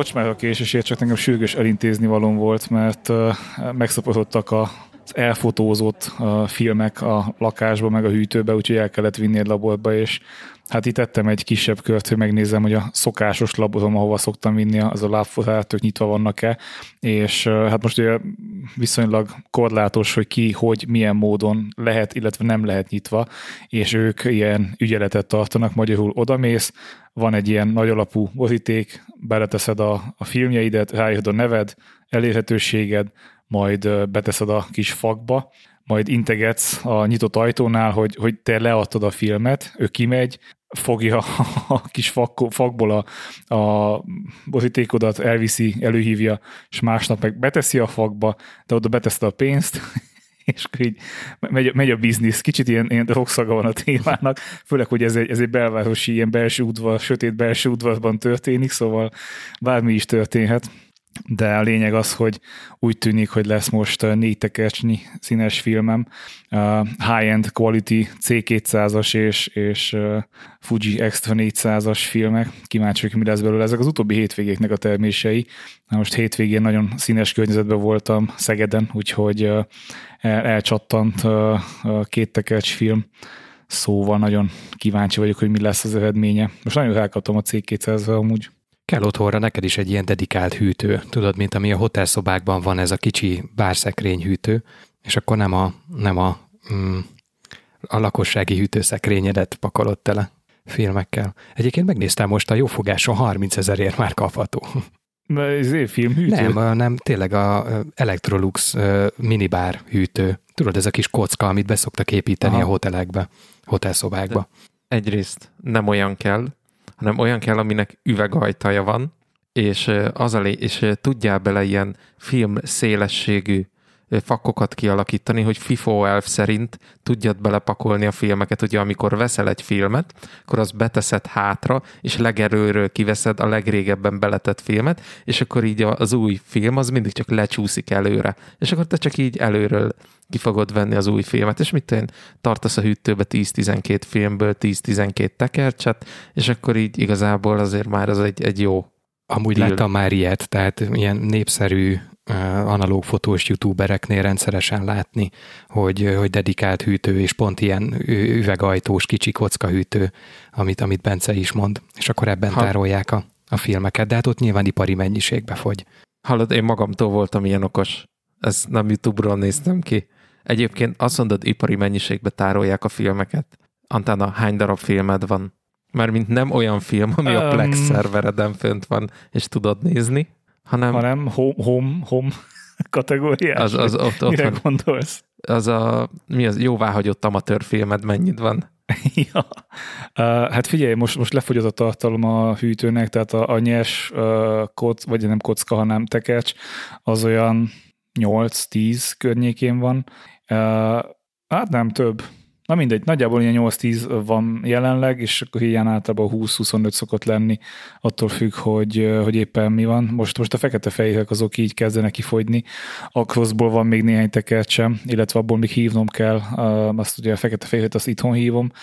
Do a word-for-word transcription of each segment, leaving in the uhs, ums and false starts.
bocs már a késésért, csak nekem sürgős elintézni valóm volt, mert uh, megszaporodtak a az elfotózott uh, filmek a lakásba, meg a hűtőbe, úgyhogy el kellett vinni egy laborba, és hát itt tettem egy kisebb kört, hogy megnézem, hogy a szokásos laborom, ahova szoktam vinni, az a lábfotáratok nyitva vannak-e, és uh, hát most ugye viszonylag korlátos, hogy ki, hogy, milyen módon lehet, illetve nem lehet nyitva, és ők ilyen ügyeletet tartanak, magyarul odamész, van egy ilyen nagy alapú boríték, beleteszed a, a filmjeidet, ráírod a neved, elérhetőséged, majd beteszed a kis fakba, majd integetsz a nyitott ajtónál, hogy, hogy te leadtad a filmet, ő kimegy, fogja a kis fak, fakból a, a borítékodat, elviszi, előhívja, és másnap meg beteszi a fakba, de oda beteszed a pénzt, és akkor így megy, megy a biznisz. Kicsit ilyen, ilyen rockszaga van a témának, főleg, hogy ez egy, ez egy belvárosi, ilyen belső udvar, sötét belső udvarban történik, szóval bármi is történhet. De a lényeg az, hogy úgy tűnik, hogy lesz most négy tekercsnyi színes filmem, uh, high-end quality cé kétszázas és, és uh, Fuji Extra négyszázas filmek. Kíváncsi, hogy mi lesz belőle. Ezek az utóbbi hétvégéknek a termései. Na most hétvégén nagyon színes környezetben voltam Szegeden, úgyhogy uh, el, elcsattant uh, a két tekercs film. Szóval nagyon kíváncsi vagyok, hogy mi lesz az eredménye. Most nagyon rákaptam a cé kétszázra amúgy. Kell otthonra neked is egy ilyen dedikált hűtő, tudod, mint ami a hotelszobákban van, ez a kicsi bárszekrény hűtő, és akkor nem a, nem a, mm, a lakossági hűtőszekrényedet pakolod tele filmekkel. Egyébként megnéztem most, a jófogáson harmincezerért már kapható. Ez egy filmhűtő? Nem, nem, tényleg a Electrolux minibár hűtő. Tudod, ez a kis kocka, amit beszoktak építeni Aha. a hotelekbe, hotelszobákba. De egyrészt nem olyan kell, hanem olyan kell, aminek üvegajtaja van, és, az a lé- és tudjál bele ilyen film szélességű fakokat kialakítani, hogy FIFO elv szerint tudjad belepakolni a filmeket. Ugye amikor veszel egy filmet, akkor azt beteszed hátra, és legerőről kiveszed a legrégebben beletett filmet, és akkor így az új film az mindig csak lecsúszik előre. És akkor te csak így előről ki fogod venni az új filmet, és mit én tartasz a hűtőbe tíz-tizenkét filmből tíz-tizenkét tekercset, és akkor így igazából azért már az egy, egy jó Amúgy deal. Láttam már ilyet, tehát ilyen népszerű analóg fotós youtubereknél rendszeresen látni, hogy, hogy dedikált hűtő, és pont ilyen üvegajtós kicsi kocka hűtő, amit, amit Bence is mond, és akkor ebben ha. tárolják a, a filmeket, de hát ott nyilván ipari mennyiségbe fogy. Hallod, én magamtól voltam ilyen okos. Ez nem YouTube-ról néztem ki. Egyébként azt mondod, ipari mennyiségbe tárolják a filmeket. Antána hány darab filmed van? Mármint nem olyan film, ami um, a Plex szervereden fönt van, és tudod nézni, hanem... Hanem home, home, home kategóriás? Az, az, ott, ott mire van. gondolsz? Az a, mi az jóváhagyott amatőr filmed mennyit van? ja. Uh, hát figyelj, most, most lefogyott a tartalom a hűtőnek, tehát a, a nyers uh, koc, vagy nem kocka, hanem tekercs, az olyan nyolc-tíz környékén van. Uh, hát nem több. Na mindegy, nagyjából ilyen nyolc-tíz van jelenleg, és akkor ilyen általában húsz-huszonöt szokott lenni, attól függ, hogy, hogy éppen mi van. Most, most a fekete-fehérek azok így kezdenek kifogyni. A crossból van még néhány tekercsem, illetve abból még hívnom kell, azt ugye a fekete-fehéret azt itthon hívom,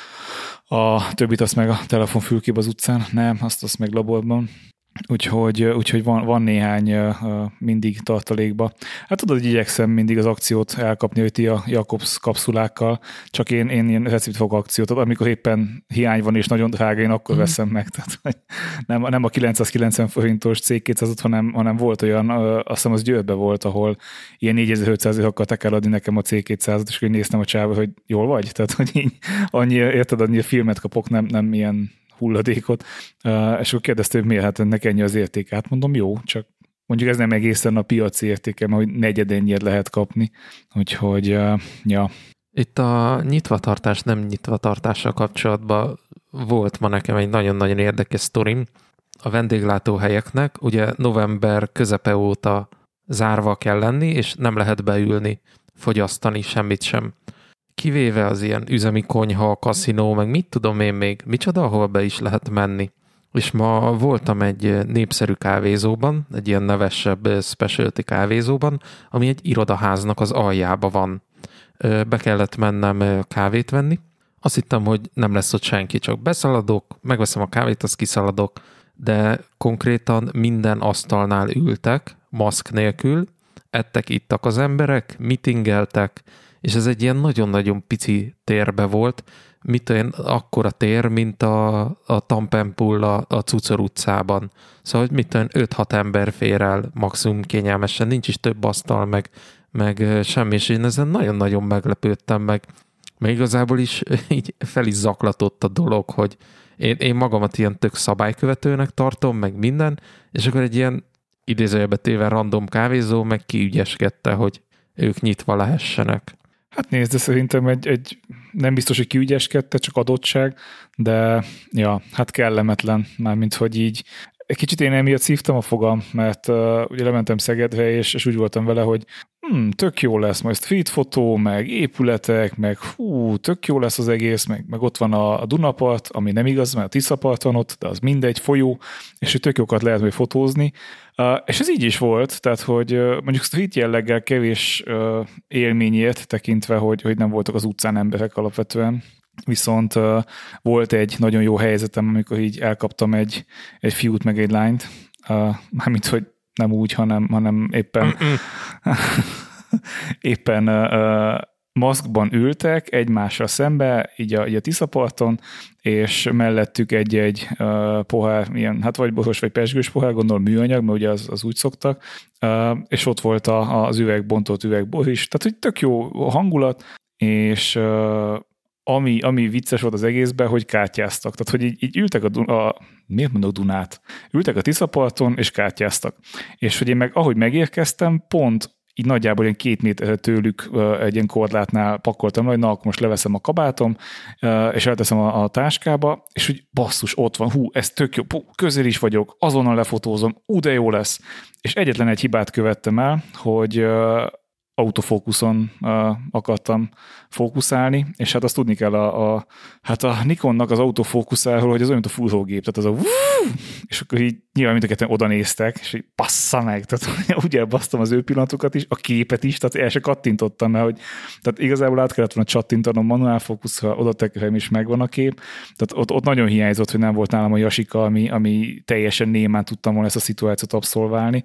a többit azt meg a telefonfülkébe az utcán, nem, azt azt meg laborban. Úgyhogy, úgyhogy van, van néhány uh, mindig tartalékba. Hát tudod, hogy igyekszem mindig az akciót elkapni, hogy ti a Jakobs kapszulákkal, csak én, én ilyen receptfog akciót, amikor éppen hiány van és nagyon drága, én akkor mm. veszem meg. Tehát, nem, nem a kilencszázkilencven forintos cé kétszázat, hanem, hanem volt olyan, uh, azt hiszem az Győrbe volt, ahol ilyen négyezer-ötszázért akartak eladni nekem a cé kétszázat, és akkor néztem a csába, hogy jól vagy? Tehát, hogy így annyi, érted, annyi filmet kapok, nem, nem ilyen hulladékot, uh, és akkor kérdezte, hogy miért, hát ennek ennyi az érték. Hát mondom, jó, csak mondjuk ez nem egészen a piaci értéke, mert hogy negyed ennyit lehet kapni. Úgyhogy, uh, ja. Itt a nyitvatartás, nem nyitvatartással kapcsolatban volt ma nekem egy nagyon-nagyon érdekes sztorim. A vendéglátóhelyeknek ugye november közepe óta zárva kell lenni, és nem lehet beülni, fogyasztani, semmit sem. Kivéve az ilyen üzemi konyha, kaszinó, meg mit tudom én még, micsoda, ahol be is lehet menni. És ma voltam egy népszerű kávézóban, egy ilyen nevesebb specialty kávézóban, ami egy irodaháznak az aljába van. Be kellett mennem kávét venni. Azt hittem, hogy nem lesz ott senki, csak beszaladok, megveszem a kávét, azt kiszaladok, de konkrétan minden asztalnál ültek, maszk nélkül, ettek, ittak az emberek, mitingeltek, és ez egy ilyen nagyon-nagyon pici térbe volt, mit olyan akkora tér, mint a, a Tampenpull a, a Cucor utcában. Szóval, hogy mit olyan öt-hat ember fér el maximum kényelmesen, nincs is több asztal, meg, meg semmi, és én ezen nagyon-nagyon meglepődtem, meg, meg igazából is így fel is zaklatott a dolog, hogy én, én magamat ilyen tök szabálykövetőnek tartom, meg minden, és akkor egy ilyen idézőjelbe téve random kávézó meg kiügyeskedte, hogy ők nyitva lehessenek. Hát nézd, de szerintem egy, egy nem biztos, hogy kiügyeskedte, csak adottság, de ja, hát kellemetlen, mármint, hogy így egy kicsit én emiatt szívtam a fogam, mert uh, ugye lementem Szegedre, és, és úgy voltam vele, hogy hm, tök jó lesz majd street fotó, meg épületek, meg hú, tök jó lesz az egész, meg, meg ott van a, a Dunapart, ami nem igaz, mert a Tiszapart van ott, de az mindegy, folyó, és hogy tök jókat lehet majd fotózni. Uh, és ez így is volt, tehát, hogy uh, mondjuk street jelleggel kevés uh, élményért tekintve, hogy, hogy nem voltak az utcán emberek alapvetően. Viszont uh, volt egy nagyon jó helyzetem, amikor így elkaptam egy, egy fiút meg egy lányt, uh, mármint, hogy nem úgy, hanem, hanem éppen éppen uh, maszkban ültek egymással szembe, így a, így a Tiszaparton, és mellettük egy-egy uh, pohár, ilyen, hát vagy boros, vagy pezsgős pohár, gondolom műanyag, mert ugye az, az úgy szoktak, uh, és ott volt a, az üveg, bontott üvegbor is, tehát hogy tök jó hangulat, és uh, Ami, ami vicces volt az egészben, hogy kártyáztak. Tehát, hogy így, így ültek a, Dun- a... Miért mondok Dunát? Ültek a Tiszaparton, és kártyáztak. És hogy én meg, ahogy megérkeztem, pont így nagyjából ilyen két méterre tőlük egy ilyen korlátnál pakoltam, hogy na, akkor most leveszem a kabátom, és elteszem a, a táskába, és hogy basszus, ott van, hú, ez tök jó, hú, közel is vagyok, azonnal lefotózom, ú, de jó lesz. És egyetlen egy hibát követtem el, hogy autofókuszon uh, akartam fókuszálni, és hát azt tudni kell a, a, hát a Nikonnak az autofókuszáról, hogy az olyan, mint a fúrógép, tehát az a és akkor így nyilván mind a ketten oda néztek, és így passza meg, tehát úgy elbasztam az ő pillanatokat is, a képet is, tehát el se kattintottam, mert hogy, tehát igazából át kellett volna csattintanom manuál fókuszra, oda tekerem is megvan a kép, tehát ott, ott nagyon hiányzott, hogy nem volt nálam a jasika, ami, ami teljesen némán tudtam volna ezt a szituációt abszolválni.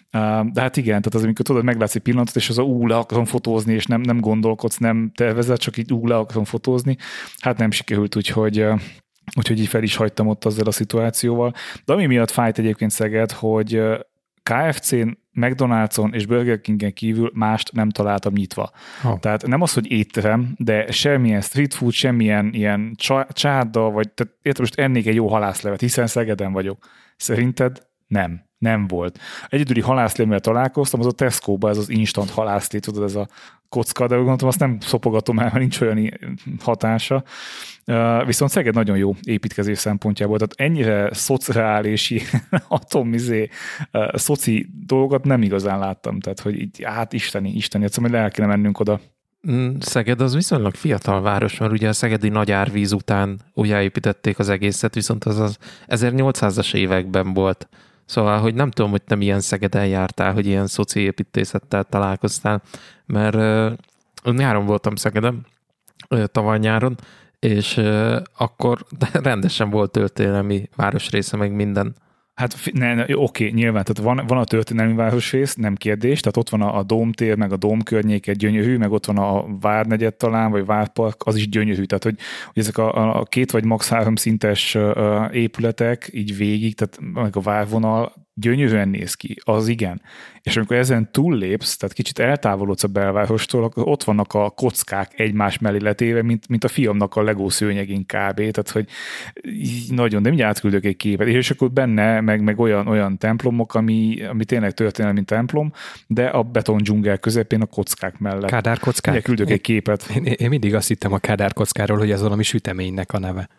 De hát igen, tehát az, amikor tudod, meglátsz egy pillanatot, és az a ú, le akarom fotózni, és nem, nem gondolkodsz, nem tervezed, csak így ú, le akarom fotózni, hát nem sikerült, úgyhogy, úgyhogy így fel is hagytam ott azzal a szituációval. De ami miatt fájt egyébként Szeged, hogy ká ef cén, McDonald'son és Burger Kingen kívül mást nem találtam nyitva. Oh. Tehát nem az, hogy étterem, de semmilyen street food, semmilyen ilyen csárda, vagy tehát értem, most ennék egy jó halászlevet, hiszen Szegeden vagyok. Szerinted nem. Nem volt. Egyedüli halászlémmel találkoztam, az a Tesco-ba, ez az instant halászlé, tudod, ez a kocka, de gondoltam, azt nem szopogatom el, mert nincs olyan hatása. Viszont Szeged nagyon jó építkezés szempontjából, tehát ennyire szociális, atomizé, szoci dolgokat nem igazán láttam, tehát hogy így, hát isteni, isteni, egyszerűen el kéne mennünk oda. Szeged az viszonylag fiatal város, mert ugye a szegedi nagy árvíz után újjáépítették az egészet, viszont az az ezernyolcszázas években volt. Szóval, hogy nem tudom, hogy te milyen Szegeden jártál, hogy ilyen szociépítészettel találkoztál, mert uh, nyáron voltam Szegeden, uh, tavaly nyáron, és uh, akkor rendesen volt történelmi városrésze, meg minden. Hát ne, ne, oké, nyilván, tehát van, van a történelmi városrész, nem kérdés, tehát ott van a, a Dómtér, meg a Dóm környéke gyönyörű, meg ott van a Várnegyed talán, vagy Várpark, az is gyönyörű, tehát hogy, hogy ezek a, a két vagy max három szintes uh, épületek így végig, tehát meg a várvonal gyönyörűen néz ki, az igen. És amikor ezen túllépsz, tehát kicsit eltávolodsz a belvárostól, akkor ott vannak a kockák egymás mellé letéve, mint, mint a fiamnak a Lego szőnyegén kb. Tehát, hogy nagyon, de mindjárt átküldök egy képet. És akkor benne meg, meg olyan, olyan templomok, ami, ami tényleg történelmi templom, de a beton dzsungel közepén a kockák mellett. Kádár kockák? Mindjárt küldök egy képet. Én, én mindig azt hittem a Kádár kockáról, hogy ez valami süteménynek a neve.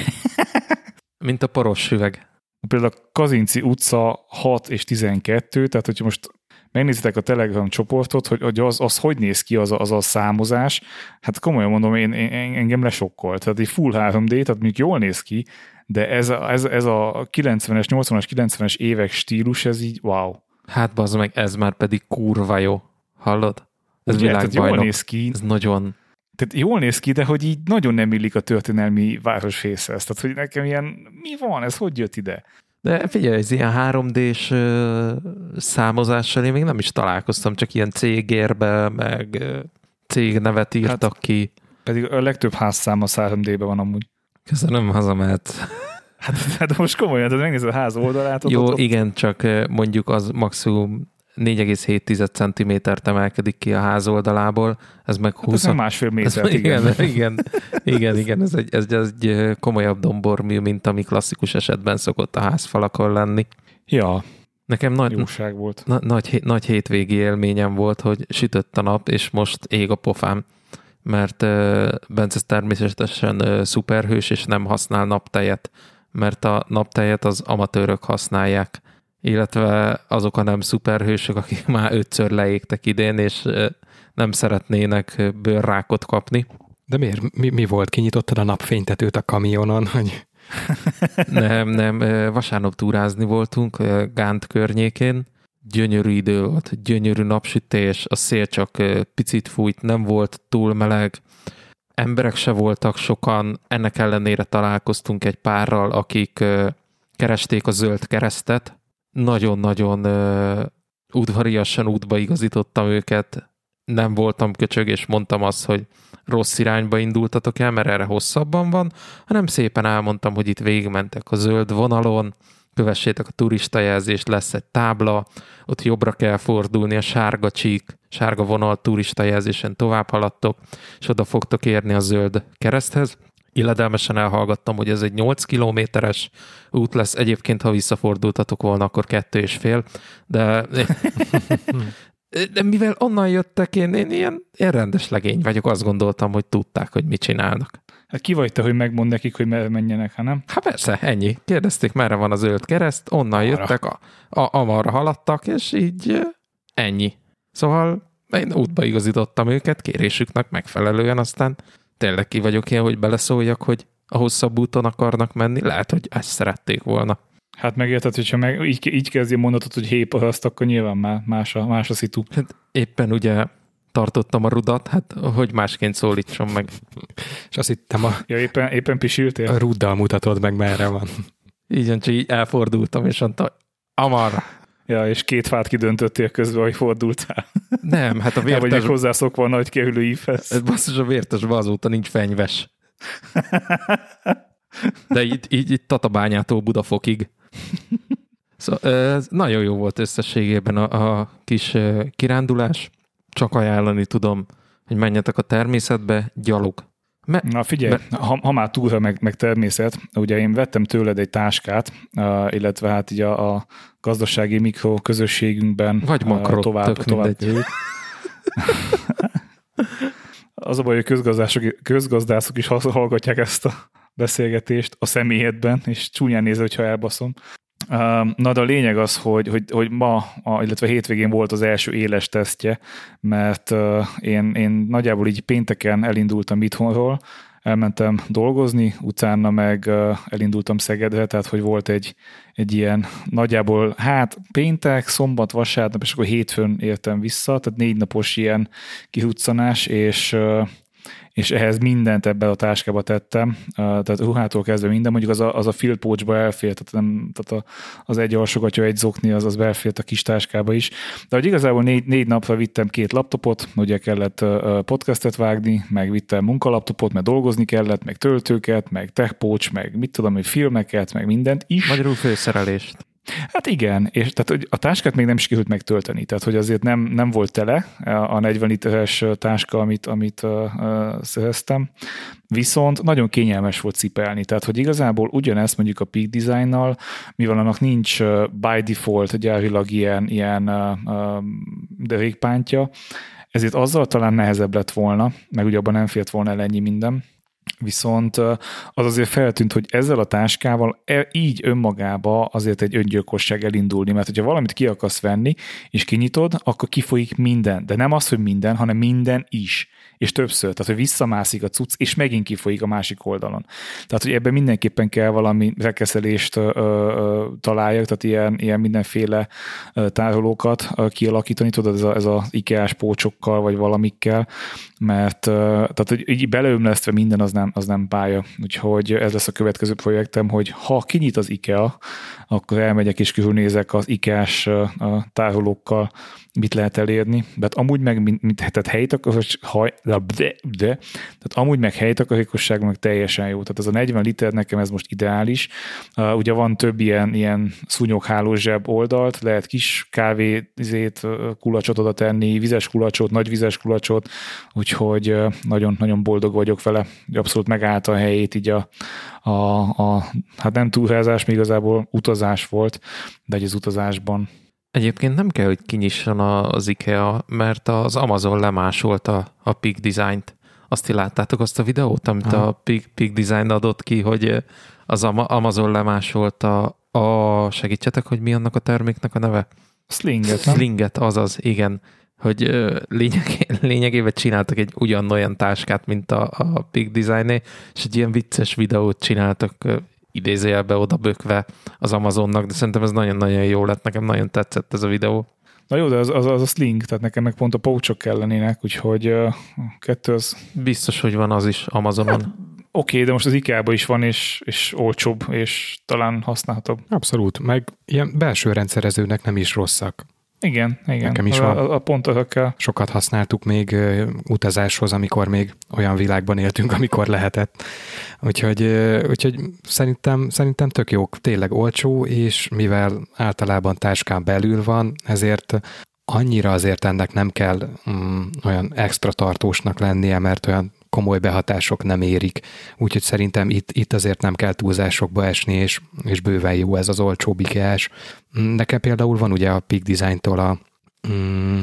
Mint a poros üveg. Például a Kazinczy utca hat és tizenkettő, tehát hogyha most megnézitek a Telegram csoportot, hogy, hogy az, az hogy néz ki az a, az a számozás, hát komolyan mondom, én, én, engem lesokkolt. Tehát egy full három dé, tehát mondjuk jól néz ki, de ez a, ez, ez a kilencvenes, nyolcvanas, kilencvenes évek stílus, ez így wow. Hát bazd meg, ez már pedig kurva jó. Hallod? Ez ugye, világbajnok. Jól néz ki. Ez nagyon... Tehát jól néz ki, de hogy így nagyon nem illik a történelmi városrészhez. Tehát, hogy nekem ilyen, mi van, ez hogy jött ide? De figyelj, ez ilyen három dés ö, számozással én még nem is találkoztam, csak ilyen cégérbe, meg ö, cégnevet írtak hát, ki. Pedig a legtöbb házszám a három dé-ben van amúgy. Köszönöm, hazamehet. Hát, hát most komolyan, tehát megnézed a ház oldalát. Jó, ott, igen, csak mondjuk az maximum négy egész hét centimétert emelkedik ki a ház oldalából, ez meg húsz... Hát ez másfél méter, ez, igen. Igen, igen, igen, igen, ez egy, ez egy komolyabb dombormű, mint ami klasszikus esetben szokott a házfalakon lenni. Ja, nekem nagy, jóság volt. Na, nagy, nagy hétvégi élményem volt, hogy sütött a nap, és most ég a pofám, mert uh, Bence természetesen uh, szuperhős, és nem használ naptejet, mert a naptejet az amatőrök használják, illetve azok a nem szuperhősök, akik már ötször leégtek idén, és nem szeretnének bőrrákot kapni. De miért? Mi, mi volt? Kinyitottad a napfénytetőt a kamionon? Hogy... nem, nem. Vasárnap túrázni voltunk Gánt környékén. Gyönyörű idő volt, gyönyörű napsütés, a szél csak picit fújt, nem volt túl meleg. Emberek se voltak sokan, ennek ellenére találkoztunk egy párral, akik keresték a zöld keresztet. Nagyon-nagyon uh, udvariasan útba igazítottam őket, nem voltam köcsög, és mondtam azt, hogy rossz irányba indultatok el, mert erre hosszabban van, hanem szépen elmondtam, hogy itt végigmentek a zöld vonalon, kövessétek a turistajelzést, lesz egy tábla, ott jobbra kell fordulni, a sárga csík, sárga vonal turistajelzésen tovább haladtok, és oda fogtok érni a zöld kereszthez. Illedelmesen elhallgattam, hogy ez egy nyolc kilométeres út lesz. Egyébként, ha visszafordultatok volna, akkor kettő és fél. De, de mivel onnan jöttek, én, én ilyen én rendes legény vagyok. Azt gondoltam, hogy tudták, hogy mit csinálnak. Hát ki vagy te, hogy megmond nekik, hogy merre menjenek, ha nem? Hát persze, ennyi. Kérdezték, merre van a zöld kereszt, onnan arra. jöttek, a, a, amarra haladtak, és így ennyi. Szóval én útba igazítottam őket, kérésüknek megfelelően, aztán tényleg ki vagyok ilyen, hogy beleszóljak, hogy a hosszabb úton akarnak menni, lehet, hogy ezt szerették volna. Hát megérted, hogyha meg, így, így kezdi a mondatot, hogy héparaszt, akkor nyilván már más a, más a szitu. Hát éppen ugye tartottam a rudat, hát hogy másként szólítsom meg. És azt hittem a... Ja, éppen, éppen pisiltél? A ruddal mutatod meg, merre van. Így, csak így elfordultam, és mondta, amarra. Ja, és két fát kidöntöttél közben, hogy fordultál. Nem, hát a vértes... Nem vagy hozzászokva a nagy kerülő ívhez. Basszus, a vértesben azóta nincs fenyves. De így, így, így Tatabányától Budafokig. Szóval ez nagyon jó volt összességében a, a kis kirándulás. Csak ajánlani tudom, hogy menjetek a természetbe, gyalog. Me- Na figyelj, me- ha, ha már túlra meg, meg természet, ugye én vettem tőled egy táskát, uh, illetve hát így a, a gazdasági mikro közösségünkben vagy makrot, uh, tovább, tök tovább az a baj, hogy közgazdászok, közgazdászok is hallgatják ezt a beszélgetést a személyedben, és csúnyán nézve, hogyha elbaszom. Na, de a lényeg az, hogy, hogy, hogy ma, illetve hétvégén volt az első éles tesztje, mert én, én nagyjából így pénteken elindultam itthonról, elmentem dolgozni, utána meg elindultam Szegedre, tehát hogy volt egy, egy ilyen nagyjából, hát péntek, szombat, vasárnap, és akkor hétfőn értem vissza, tehát négy napos ilyen kihuccanás, és és ehhez mindent ebbe a táskába tettem, tehát ruhától kezdve minden, mondjuk az a, az a field pouchba elfért, tehát, nem, tehát a, az egy alsogatja, egy zokni, az, az belfért a kis táskába is. De hogy igazából négy, négy napra vittem két laptopot, ugye kellett podcastet vágni, meg vittem munkalaptopot, mert dolgozni kellett, meg töltőket, meg tech pouch, meg mit tudom, hogy filmeket, meg mindent is. Magyarul főszerelést. Hát igen, és tehát a táskát még nem is sikerült megtölteni, tehát hogy azért nem, nem volt tele a negyven literes táska, amit, amit uh, uh, szereztem, viszont nagyon kényelmes volt cipelni, tehát hogy igazából ugyanezt mondjuk a Peak Designnal, mivel annak nincs uh, by default gyárilag ilyen, ilyen uh, uh, derékpántja, ezért azzal talán nehezebb lett volna, meg ugye abban nem fért volna el ennyi minden. Viszont az azért feltűnt, hogy ezzel a táskával így önmagába azért egy öngyilkosság elindulni, mert hogyha valamit ki akarsz venni, és kinyitod, akkor kifolyik minden. De nem az, hogy minden, hanem minden is. És többször. Tehát, hogy visszamászik a cucc, és megint kifolyik a másik oldalon. Tehát, hogy ebben mindenképpen kell valami rekeszelést ö, ö, találjak, tehát ilyen, ilyen mindenféle tárolókat kialakítani, tudod, ez, a, ez az IKEA-s pócsokkal, vagy valamikkel, mert tehát, hogy így beleömlesztve minden az nem, az nem pálya. Úgyhogy ez lesz a következő projektem, hogy ha kinyit az IKEA, akkor elmegyek és körülnézek az IKEA-s tárolókkal, mit lehet elérni. De hát amúgy meg, mint, mint tehát helytakarékosság, de, de, de, tehát amúgy meg helytakarékosság meg teljesen jó. Tehát ez a negyven liter nekem ez most ideális. Uh, ugye van több ilyen, ilyen szúnyoghálós zseb oldalt, lehet kis kávézét, kulacsot oda tenni, vizes kulacsot, nagy vizes kulacsot, úgyhogy uh, nagyon, nagyon boldog vagyok vele. Abszolút megállta a helyét így a, a, a hát nem túrázás, még igazából utazás volt, de egy az utazásban. Egyébként nem kell, hogy kinyisson az IKEA, mert az Amazon lemásolta a Peak Design-t. Azt ti láttátok azt a videót, amit ha. a Peak, Peak Design adott ki, hogy az Amazon lemásolta a... Segítsetek, hogy mi annak a terméknek a neve? Slinget, nem? Slinget, azaz, igen. Hogy lényeg, lényegében csináltak egy ugyanolyan táskát, mint a, a Peak Design-é, és egy ilyen vicces videót csináltak idézőjelbe oda bökve az Amazonnak, de szerintem ez nagyon-nagyon jó lett, nekem nagyon tetszett ez a videó. Na jó, de az, az, az a sling, tehát nekem meg pont a pouchok kellenének, úgyhogy uh, kettő az... Biztos, hogy van az is Amazonon. Hát, oké, okay, de most az IKEA-ban is van, és, és olcsóbb, és talán használhatóbb. Abszolút, meg ilyen belső rendszerezőnek nem is rosszak. Igen, igen. Nekem is a, van. A, a pont azokkel. Sokat használtuk még uh, utazáshoz, amikor még olyan világban éltünk, amikor lehetett. Úgyhogy, uh, úgyhogy szerintem, szerintem tök jók, tényleg olcsó, és mivel általában táskán belül van, ezért annyira azért ennek nem kell um, olyan extra tartósnak lennie, mert olyan komoly behatások nem érik. Úgyhogy szerintem itt, itt azért nem kell túlzásokba esni, és, és bőven jó ez az olcsó IKEA-s. Nekem például van ugye a Peak Design-tól a mm,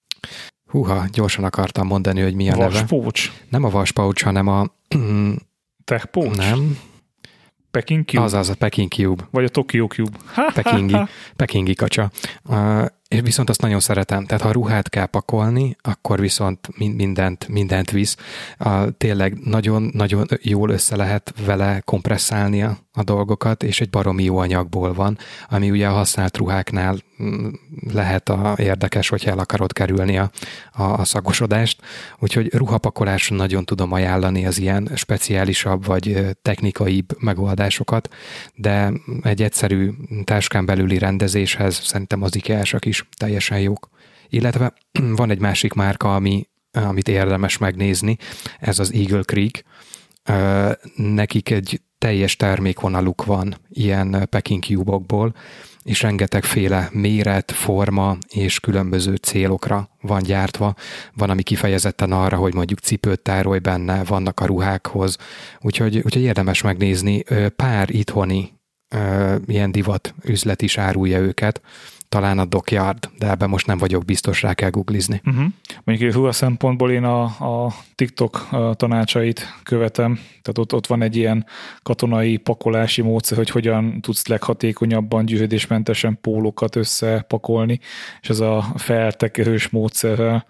húha, gyorsan akartam mondani, hogy mi a neve. Vaspouch. Nem a vaspouch, hanem a mm, Tech Pouch. Nem. Peking Cube. Azaz, a Peking Cube. Vagy a Tokyo Cube. Pekingi, Pekingi kacsa. Uh, és viszont azt nagyon szeretem. Tehát ha ruhát kell pakolni, akkor viszont mindent, mindent visz. Uh, tényleg nagyon-nagyon jól össze lehet vele kompresszálni a, a dolgokat, és egy baromi jó anyagból van, ami ugye a használt ruháknál lehet a érdekes, hogyha el akarod kerülni a, a, a szagosodást. Úgyhogy ruhapakolásra nagyon tudom ajánlani az ilyen speciálisabb vagy technikaibb megoldásokat, de egy egyszerű táskán belüli rendezéshez szerintem az IKEA-sak is teljesen jók. Illetve van egy másik márka, ami, amit érdemes megnézni, ez az Eagle Creek. Nekik egy teljes termékvonaluk van ilyen Peking Cube-okból, és rengetegféle méret, forma és különböző célokra van gyártva. Van, ami kifejezetten arra, hogy mondjuk cipőt tárolj benne, vannak a ruhákhoz. Úgyhogy, úgyhogy érdemes megnézni. Pár itthoni ilyen divat üzlet is árulja őket, talán a Dockyard, de ebben most nem vagyok biztos, rá kell googlizni. Uh-huh. Mondjuk ruha szempontból én a, a TikTok tanácsait követem, tehát ott, ott van egy ilyen katonai pakolási módszer, hogy hogyan tudsz leghatékonyabban gyűrődésmentesen pólókat összepakolni, és ez a feltekerős módszerrel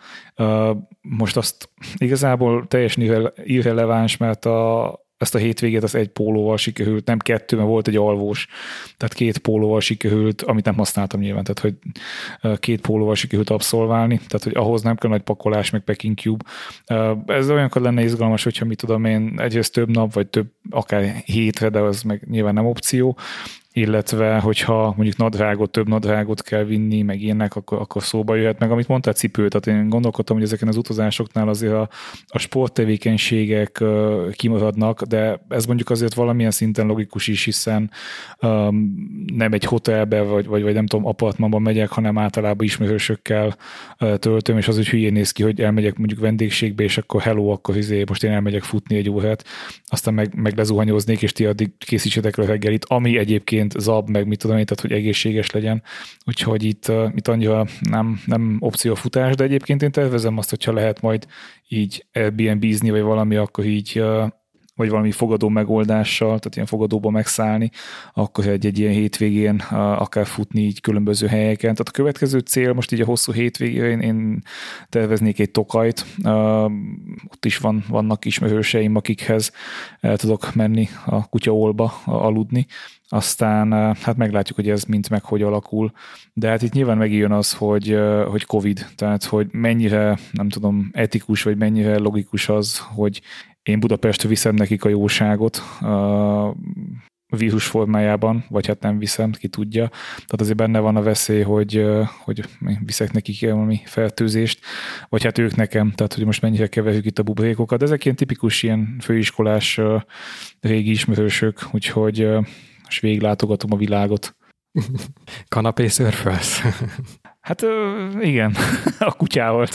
most azt igazából teljesen irreleváns, mert a ezt a hétvégét az egy pólóval sikerült, nem kettő, mert volt egy alvós, tehát két pólóval sikerült, amit nem használtam nyilván, tehát hogy két pólóval sikerült abszolválni, tehát hogy ahhoz nem kell nagy pakolás, meg Peking Cube. Ez olyankor lenne izgalmas, hogyha mit tudom én, egyrészt több nap, vagy több, akár hétre, de az meg nyilván nem opció, illetve hogyha mondjuk nadrágot, több nadrágot kell vinni, meg ilyenek, akkor, akkor szóba jöhet. Meg amit mondtál, cipő, tehát én gondolkodtam, hogy ezeken az utazásoknál azért a, a sporttevékenységek uh, kimaradnak, de ez mondjuk azért valamilyen szinten logikus is, hiszen um, nem egy hotelbe, vagy, vagy, vagy nem tudom, apartmanban megyek, hanem általában ismerősökkel uh, töltöm, és az úgy hülyén néz ki, hogy elmegyek mondjuk vendégségbe, és akkor hello, akkor izé, most én elmegyek futni egy órát, aztán meg, meg lezuhanyoznék, és ti addig készítsetek le reggelit, ami egyébként zab, meg mit tudom én, tehát hogy egészséges legyen. Úgyhogy itt, uh, itt annyira nem, nem opció a futás, de egyébként én tervezem azt, hogyha lehet majd így Airbnb-zni, vagy valami, akkor így, uh, vagy valami fogadó megoldással, tehát ilyen fogadóba megszállni, akkor egy, egy ilyen hétvégén uh, akár futni így különböző helyeken. Tehát a következő cél most így a hosszú hétvégén én terveznék egy Tokajt. Uh, ott is van, vannak ismerőseim, akikhez el tudok menni a kutyaolba aludni. Aztán hát meglátjuk, hogy ez mint meg hogy alakul. De hát itt nyilván megjön az, hogy, hogy Covid, tehát hogy mennyire, nem tudom, etikus, vagy mennyire logikus az, hogy én Budapestre viszem nekik a jóságot a vírus formájában, vagy hát nem viszem, ki tudja. Tehát azért benne van a veszély, hogy, hogy viszek nekik valami fertőzést, vagy hát ők nekem, tehát hogy most mennyire keverjük itt a buborékokat. De ezek ilyen tipikus ilyen főiskolás régi ismerősök, úgyhogy most végiglátogatom a világot. Kanapé szörfölsz? Hát igen, a kutyával.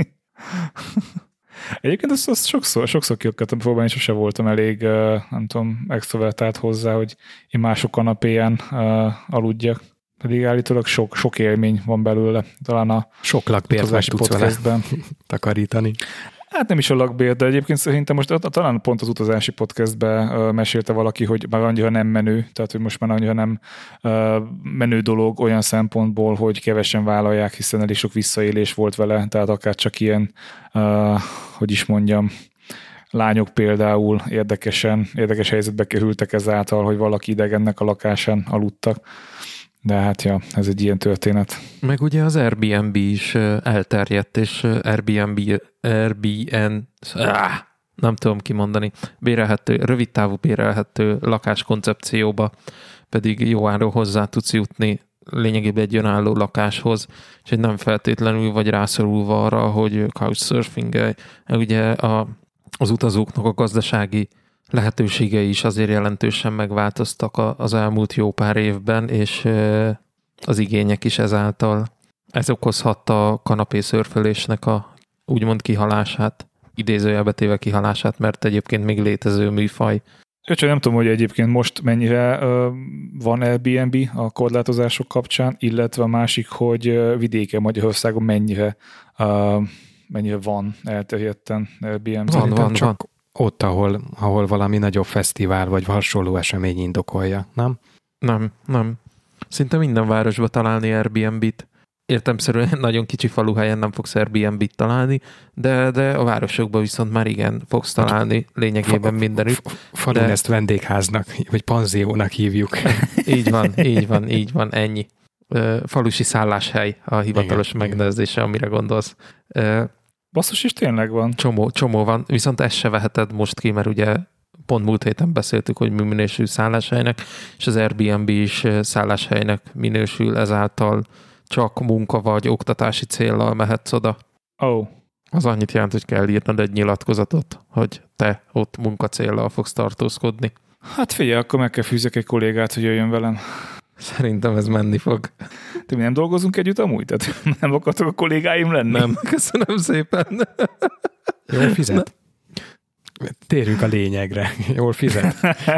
Egyébként azt, azt sokszor, sokszor ki akartam próbálni, sose voltam elég, nem tudom, extrovertált hozzá, hogy én mások kanapéján uh, aludjak. Pedig állítólag sok, sok élmény van belőle. Talán a sok lakbért meg tudsz vele takarítani. Hát nem is a lakbért, de egyébként szerintem most talán pont az utazási podcastben uh, mesélte valaki, hogy már annyira nem menő, tehát hogy most már annyira nem uh, menő dolog olyan szempontból, hogy kevesen vállalják, hiszen elég sok visszaélés volt vele, tehát akár csak ilyen, uh, hogy is mondjam, lányok például érdekesen, érdekes helyzetbe kerültek ezáltal, hogy valaki idegennek a lakásán aludtak. De hát ja, ez egy ilyen történet. Meg ugye az Airbnb is elterjedt, és Airbnb, Airbnb, áh, nem tudom kimondani, bérelhető, rövidtávú bérelhető lakáskoncepcióba pedig jó áron hozzá tudsz jutni lényegében egy önálló lakáshoz, és nem feltétlenül vagy rászorulva arra, hogy couchsurfing, ugye a, az utazóknak a gazdasági lehetőségei is azért jelentősen megváltoztak az elmúlt jó pár évben, és az igények is ezáltal. Ez okozhatta a kanapészörfölésnek a úgymond kihalását, idézőjelbe téve kihalását, mert egyébként még létező műfaj. Csak nem tudom, hogy egyébként most mennyire uh, van Airbnb a korlátozások kapcsán, illetve a másik, hogy uh, vidéken Magyarországon mennyire, uh, mennyire van elterjedten Airbnb. Van, van, csak van. Ott, ahol, ahol valami nagyobb fesztivál vagy hasonló esemény indokolja, nem? Nem, nem. Szinte minden városba találni Airbnb-t. Értelemszerűen nagyon kicsi faluhelyen nem fogsz Airbnb-t találni, de, de a városokban viszont már igen fogsz találni lényegében mindenütt. Falun de... ezt vendégháznak, vagy panziónak hívjuk. Így van, így van, így van, ennyi. Falusi szálláshely a hivatalos igen, megnevezése, igen. Amire gondolsz. Basszus is tényleg van. Csomó, csomó van, viszont ezt se veheted most ki, mert ugye pont múlt héten beszéltük, hogy mi minősül szálláshelynek, és az Airbnb is szálláshelynek minősül, ezáltal csak munka vagy oktatási céllal mehetsz oda. Oh. Az annyit jelent, hogy kell írnod egy nyilatkozatot, hogy te ott munkacéllal fogsz tartózkodni. Hát figyelj, akkor meg kell fűzek egy kollégát, hogy jöjjön velem. Szerintem ez menni fog. Te mi nem dolgozunk együtt amúgy? Tehát nem akartok a kollégáim lenni? Nem, köszönöm szépen. Jól fizet? Térjünk a lényegre. Jól fizet?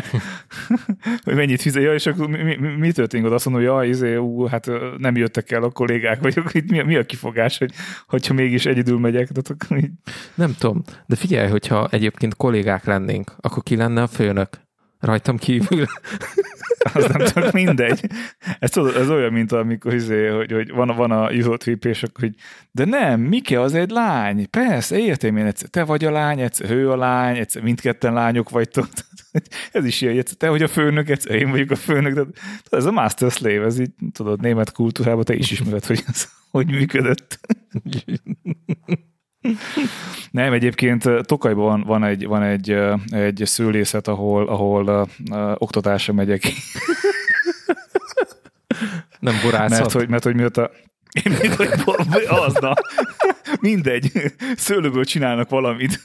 Hogy mennyit fizet? Ja, és akkor mi, mi, mi történik oda? Azt mondom, hogy ja, izé, ú, hát nem jöttek el a kollégák, vagy mi, mi a kifogás, hogy, hogyha mégis egyedül megyek? Így... Nem tudom, de figyelj, hogyha egyébként kollégák lennénk, akkor ki lenne a főnök? Rajtam kívül. Az nem csak mindegy. Ez, tudod, ez olyan, mint amikor izé, hogy, hogy van, van a Eurotrip, és akkor, hogy de nem, Mike az egy lány. Persze, értem én, egyszer te vagy a lány, egyszer ő a lány, egyszer mindketten lányok vagytok. Ez is ilyen, egyszer te vagy a főnök, egyszer én vagyok a főnök. De ez a master slave, ez így, tudod, német kultúrában te is ismered, hogy ez hogy működött. Nem, egyébként Tokajban van, van, egy, van egy, egy szőlészet, ahol, ahol uh, uh, oktatásra megyek. Nem borászat. Mert hogy, mert, hogy miatt a... Én még, hogy az, na. Mindegy. Szőlőből csinálnak valamit.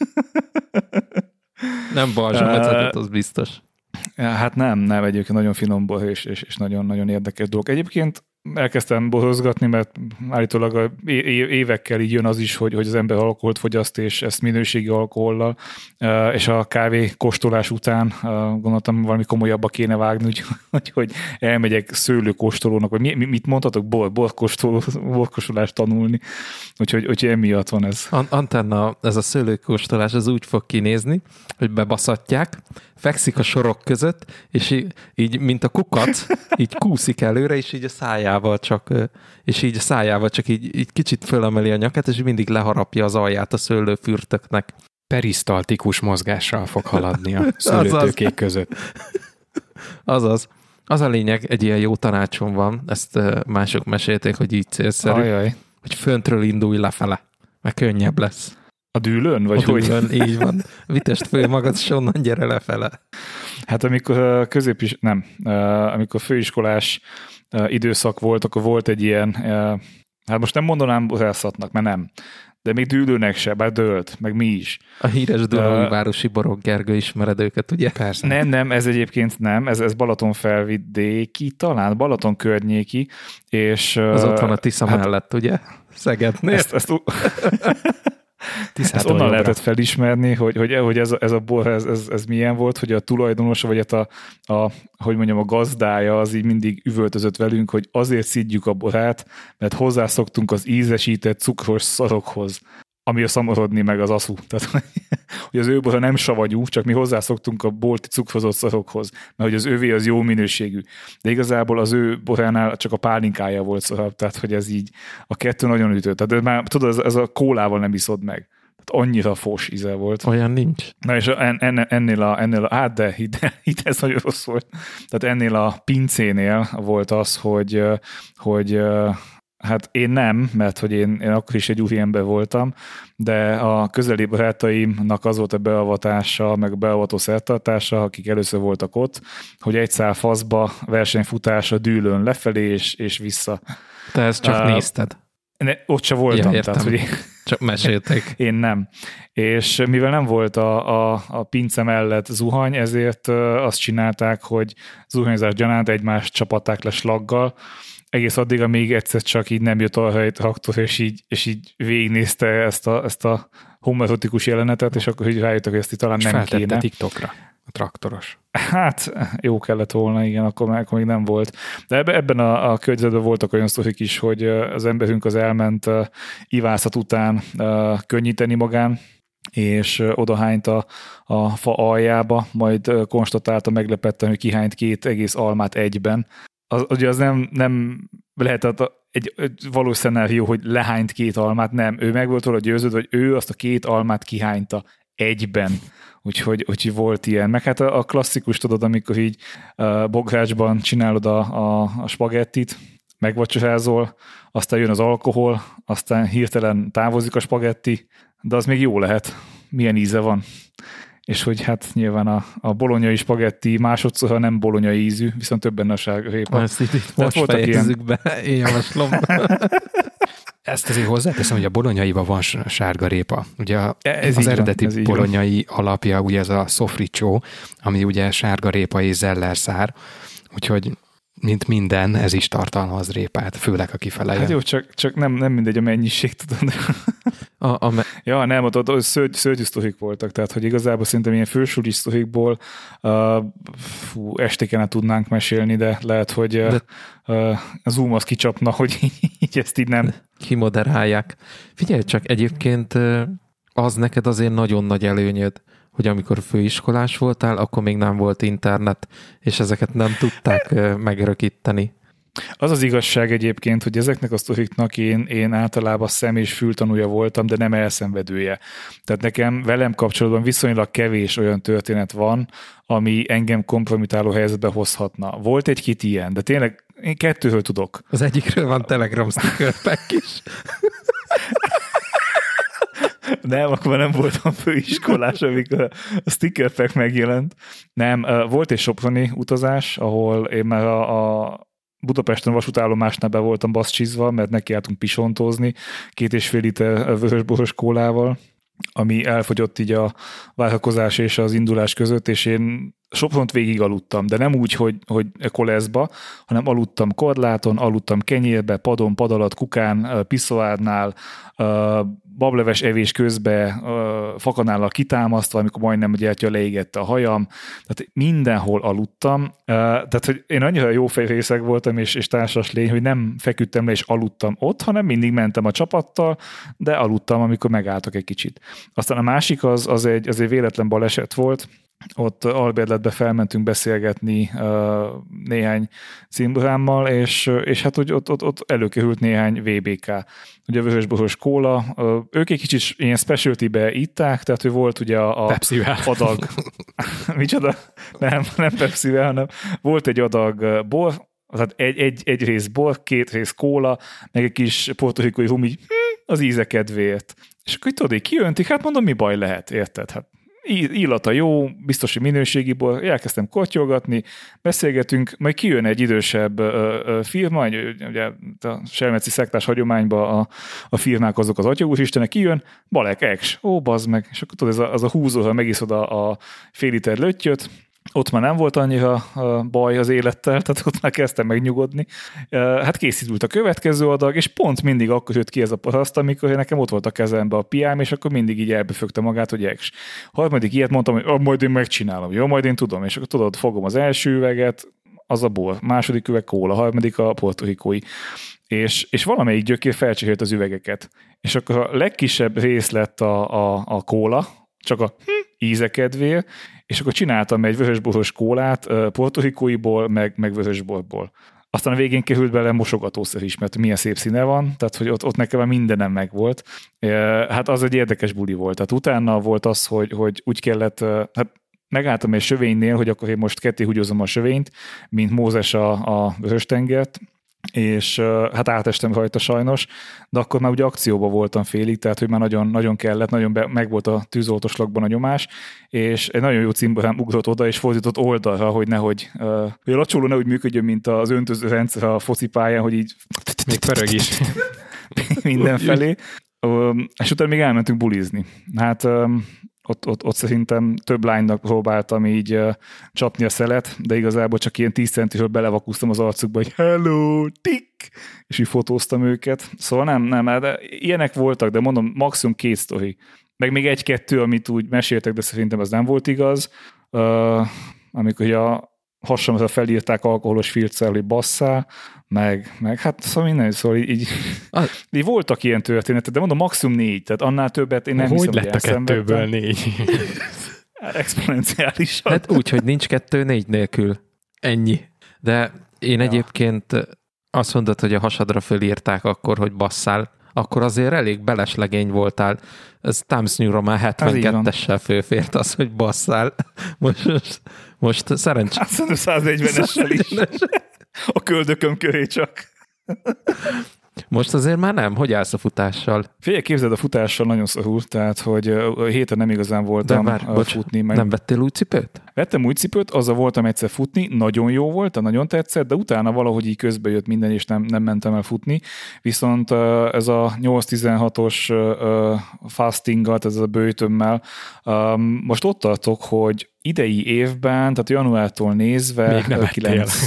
Nem balzsamecetet, az biztos. Hát nem, nem, egyébként nagyon finom bor, és, és, és nagyon, nagyon érdekes dolog. Egyébként elkezdtem borozgatni, mert állítólag a évekkel így jön az is, hogy, hogy az ember alkoholt fogyaszt, és ezt minőségi alkohollal, és a kávé kóstolás után gondoltam, valami komolyabba kéne vágni, úgyhogy hogy elmegyek szőlőkóstolónak, vagy mit mondhatok? Bor, borkóstoló, borkóstolást tanulni, úgyhogy, úgyhogy emiatt van ez. Antenna, ez a szőlőkóstolás, ez úgy fog kinézni, hogy bebaszatják, fekszik a sorok között, és így, így mint a kukac, így kúszik előre, és így a szájával csak, és így a szájával csak így, így kicsit fölemeli a nyakát, és mindig leharapja az alját a szőlőfürtöknek. Perisztaltikus mozgással fog haladni a szőlőtőkék között. Azaz. Az a lényeg, egy ilyen jó tanácsom van, ezt mások mesélték, hogy így célszerű, Ajaj. hogy föntről indulj lefele, mert könnyebb lesz. A dűlőn? Vagy a hogy? Dűlőn, így van. Vitest föl magad, és onnan gyere lefele. Hát amikor középis, nem, amikor főiskolás időszak volt, akkor volt egy ilyen, hát most nem mondanám borászatnak, mert nem, de még dűlőnek se, bár dőlt, meg mi is. A híres Dunaújvárosi Borok Gergő, ismered őket, ugye? Persze. Nem, nem, ez egyébként nem, ez, ez Balatonfelvidéki, talán Balaton környéki, és... Az ott van a Tisza hát, mellett, ugye? Szegednél. Ezt, ezt, ezt onnan lehetett felismerni, hogy, hogy, hogy ez, a, ez a bor, ez, ez, ez milyen volt, hogy a tulajdonosa, vagy hát a, a, hogy mondjam, a gazdája az így mindig üvöltözött velünk, hogy azért szidjuk a borát, mert hozzászoktunk az ízesített cukros szarokhoz, ami a szamorodni meg az aszú. Tehát, hogy az ő bora nem savanyú, csak mi hozzászoktunk a bolti cukrozott szarokhoz, mert hogy az övé az jó minőségű. De igazából az ő boránál csak a pálinkája volt szarabb, tehát hogy ez így a kettő nagyon ütött. Tehát már tudod, ez, ez a kólával nem iszod meg. Tehát annyira fos íze volt. Olyan nincs. Na és en, ennél a, ennél a hát de ide, ide ez nagyon rossz volt. Tehát ennél a pincénél volt az, hogy, hogy hát én nem, mert hogy én, én akkor is egy úri ember voltam, de a közeli barátaimnak az volt a beavatása, meg a beavató szertartása, akik először voltak ott, hogy egy szál faszba versenyfutása Dűlőn lefelé és, és vissza. Te ezt csak uh, nézted? Ne, ott se voltam. Ja, tehát, hogy csak mesélték. Én nem. És mivel nem volt a, a, a pince mellett zuhany, ezért azt csinálták, hogy zuhanyzás gyanánt egymást csapatták le slaggal, egész addig, amíg egyszer csak így nem jött arra egy traktor, és így, és így végignézte ezt a, ezt a homoerotikus jelenetet, és akkor így rájöttek, hogy ezt így talán és nem kéne. feltette TikTokra a traktoros. Hát, jó kellett volna, igen, akkor, már, akkor még nem volt. De ebben a, a környezetben voltak olyan sztorik is, hogy az emberünk az elment uh, ivászat után uh, könnyíteni magán, és odahányt a, a fa aljába, majd konstatálta meglepetten, hogy kihányt két egész almát egyben. Az, ugye az nem, nem lehetett egy, egy valós szenárió, hogy lehányt két almát, nem. Ő meg volt róla győződve, hogy ő azt a két almát kihányta egyben. Úgyhogy, úgyhogy volt ilyen. Meg hát a, a klasszikus, tudod, amikor így uh, bográcsban csinálod a, a, a spagettit, megvacsorázol, aztán jön az alkohol, aztán hirtelen távozik a spagetti, de az még jó lehet. Milyen íze van. És hogy hát nyilván a, a bolonyai spagetti másodszor nem bolonyai ízű, viszont több benne a sárgarépa. Ezt itt most fejezzük be, én javaslom. Ezt azért hozzáteszem, hogy a bolonyaiban van sárgarépa. Ugye ez az eredeti van, bolonyai alapja ugye ez a sofriccio, ami ugye sárgarépa és zellerszár, úgyhogy mint minden, ez is tartalmaz répát, főleg a kifele jön. Hát jó, csak, csak nem, nem mindegy a mennyiség, tudod. A, a me- ja, nem, ott, ott szörgy, szörgyű sztorik voltak, tehát hogy igazából szerintem ilyen fősúlyi sztorikból uh, fú, estéken át tudnánk mesélni, de lehet, hogy uh, de... uh, a Zoom az kicsapna, hogy így ezt így nem... Kimoderálják. Figyelj csak, egyébként az neked azért nagyon nagy előnyöd, hogy amikor főiskolás voltál, akkor még nem volt internet, és ezeket nem tudták megörökíteni. Az az igazság egyébként, hogy ezeknek a sztoriknak én, én általában szem- és fültanúja voltam, de nem elszenvedője. Tehát nekem velem kapcsolatban viszonylag kevés olyan történet van, ami engem kompromitáló helyzetbe hozhatna. Volt egy-két ilyen, de tényleg én kettőről tudok. Az egyikről van Telegram sticker pack is. Nem, akkor nem voltam főiskolás, amikor a sticker pack megjelent. Nem, volt egy soproni utazás, ahol én már a, a Budapesten vasútállomásnál be voltam baszcsizva, mert nekiálltunk pisontózni két és fél liter vörösboros kólával, ami elfogyott így a várakozás és az indulás között, és én Sopront végig aludtam, de nem úgy, hogy, hogy koleszba, hanem aludtam korláton, aludtam kenyérbe, padon, pad alatt, kukán, piszoárnál, bableves evés közben fakanállal kitámasztva, amikor majdnem a gyertya leégette a hajam, tehát mindenhol aludtam, tehát hogy én annyira jó fejrészeg voltam és, és társas lény, hogy nem feküdtem le és aludtam ott, hanem mindig mentem a csapattal, de aludtam, amikor megálltak egy kicsit. Aztán a másik az, az, egy, az egy véletlen baleset volt, ott albérletbe felmentünk beszélgetni uh, néhány cimborámmal, és, és hát hogy ott, ott, ott előkerült néhány vé bé ká. Ugye a vörösboros kóla, uh, ők egy kicsit ilyen specialty-be itták, tehát hogy volt ugye a, a adag. Micsoda? Nem, nem Pepsivel, hanem volt egy adag bor, tehát egy, egy, egy rész bor, két rész kóla, meg egy kis portorikói rumi, az íze kedvéért. És akkor tudod, így kijöntik, hát mondom, mi baj lehet, érted? Hát illata jó, biztos, hogy minőségi bor, elkezdtem kortyolgatni, beszélgetünk, majd kijön egy idősebb ö, ö, firma, egy, ugye a selmeci szektás hagyományban a, a firmák azok az atyaús istenek, kijön, Balek, ex, ó, bazd meg, és akkor tudod, ez a, az a húzó, ha megiszod a, a fél liter löttyöt, ott már nem volt annyira baj az élettel, tehát ott már kezdtem megnyugodni. Hát készült a következő adag, és pont mindig akkor jött ki ez a paraszt, amikor nekem ott volt a kezembe a piám, és akkor mindig így elbefögte magát, hogy ex. Harmadik ilyet mondtam, hogy oh, majd én megcsinálom, jó, majd én tudom, és akkor tudod, fogom az első üveget, az a bor, második üveg kóla, harmadik a portorikói. És, és valamelyik gyökér felcsehélt az üvegeket. És akkor a legkisebb rész lett a, a, a kóla, csak a hm, íze kedvéért, és akkor csináltam egy vörösboros kólát portorikóiból, meg, meg vörösborból. Aztán a végén került bele mosogatószer is, mert milyen szép színe van, tehát hogy ott, ott nekem már mindenem megvolt. Hát az egy érdekes buli volt. Tehát utána volt az, hogy, hogy úgy kellett, hát megálltam egy sövénynél, hogy akkor én most ketté húgyozom a sövényt, mint Mózes a, a Vörös-tengert, és hát átestem rajta sajnos, de akkor már ugye akcióban voltam félig, tehát hogy már nagyon, nagyon kellett, nagyon be, meg volt a tűzoltóslagban a nyomás, és egy nagyon jó cimborám ugrott oda, és fordított oldalra, hogy nehogy, hogy a lacsoló nehogy működjön, mint az öntöző rendszer a focipályán, hogy így még pörög is mindenfelé, és utána még elmentünk bulizni. Hát Ott, ott, ott szerintem több lánynak próbáltam így uh, csapni a szelet, de igazából csak ilyen tíz centisről belevakusztam az arcukba, hogy hello, tik, és így fotóztam őket. Szóval nem, nem, de ilyenek voltak, de mondom, maximum két sztori. Meg még egy-kettő, amit úgy meséltek, de szerintem az nem volt igaz. Uh, amikor a hasamra felírták alkoholos filccel, hogy basszál, meg, meg hát szóval minden, szóval így, így, így voltak ilyen történetek, de mondom maximum négy, tehát annál többet én nem hogy hiszem, hogy lett a kettőből négy? Exponenciálisan. Hát úgy, hogy nincs kettő négy nélkül. Ennyi. De én ja. egyébként azt mondod, hogy a hasadra fölírták akkor, hogy basszál, akkor azért elég beleslegény voltál. Ez Times New Roman hetvenkettessel fölfért az, hogy basszál. Most, most, most szerencsé... Hát szerintem száznegyvenessel is. A köldököm köré csak. Most azért már nem. Hogy állsz a futással? Figyelj, képzeld, a futással nagyon szorul, tehát hogy a héten nem igazán voltam De már, bocs, futni. Meg... Nem vettél új cipőt? Vettem új cipőt, azzal voltam egyszer futni, nagyon jó volt, nagyon tetszett, de utána valahogy így közbe jött minden, és nem, nem mentem el futni. Viszont ez a nyolc tizenhatos fastingat, ez a bőtömmel, most ott tartok, hogy idei évben, tehát januártól nézve... Még nem kilenc...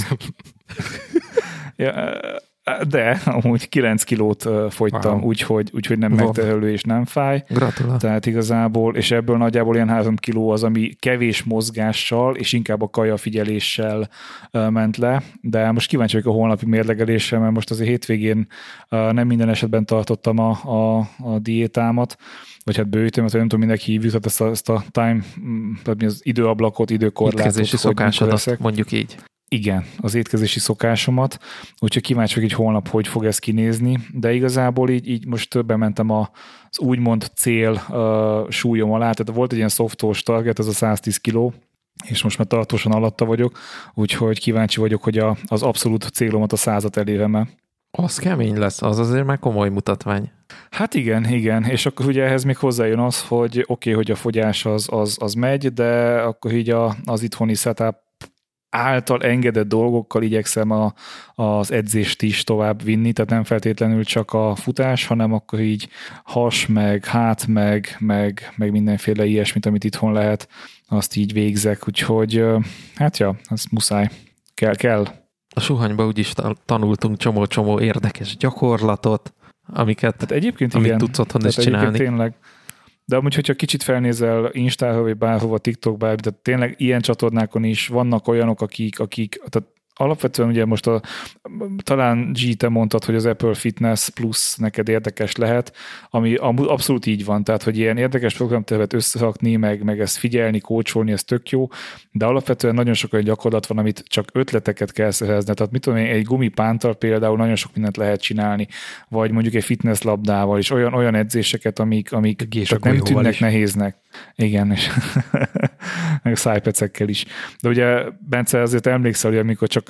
ja, de amúgy kilenc kilót fogytam, wow. úgyhogy, úgyhogy nem wow. megterhelő és nem fáj. Gratulál. Tehát igazából, és ebből nagyjából ilyen három kiló az, ami kevés mozgással, és inkább a kaja figyeléssel ment le, de most kíváncsi vagyok a holnapi mérlegelésre, mert most azért hétvégén nem minden esetben tartottam a, a, a diétámat, vagy hát bőjtömet, vagy nem tudom, minek hívjuk, tehát ezt a, ezt a time, tehát az időablakot, időkorlátot. Étkezési szokásodat, mondjuk így. Igen, az étkezési szokásomat, úgyhogy kíváncsi vagyok, hogy holnap hogy fog ez kinézni, de igazából így, így most többen mentem az úgymond cél uh, súlyom alá, tehát volt egy ilyen softos target, ez a száztíz kiló, és most már tartósan alatta vagyok, úgyhogy kíváncsi vagyok, hogy a, az abszolút célomat a százat elérem-e. Az kemény lesz, az azért már komoly mutatvány. Hát igen, igen, és akkor ugye ehhez még hozzájön az, hogy oké, okay, hogy a fogyás az, az, az megy, de akkor így a, az itthoni setup által engedett dolgokkal igyekszem a, az edzést is tovább vinni, tehát nem feltétlenül csak a futás, hanem akkor így has, meg hát, meg, meg, meg mindenféle ilyesmit, amit itthon lehet, azt így végzek, úgyhogy hát ja, ez muszáj, kell, kell. A Suhanyba úgyis tanultunk csomó-csomó érdekes gyakorlatot, amiket, hát egyébként amit igen, tudsz otthon is csinálni. Tényleg. De amúgy, hogyha kicsit felnézel Instára, vagy bárhova, TikTokba, tehát tényleg ilyen csatornákon is vannak olyanok, akik, akik tehát alapvetően ugye most a, talán G, te mondtad, hogy az Apple Fitness Plus neked érdekes lehet, ami abszolút így van, tehát hogy ilyen érdekes programtervet összerakni, meg, meg ezt figyelni, kócsolni, ez tök jó, de alapvetően nagyon sok olyan gyakorlat van, amit csak ötleteket kell szerezni, tehát mit tudom én, egy gumipántal például nagyon sok mindent lehet csinálni, vagy mondjuk egy fitness labdával is, olyan, olyan edzéseket, amik, amik csak nem tűnnek is nehéznek. Igen, és meg a szájpecekkel is. De ugye, Bence, azért emlékszel, hogy amikor csak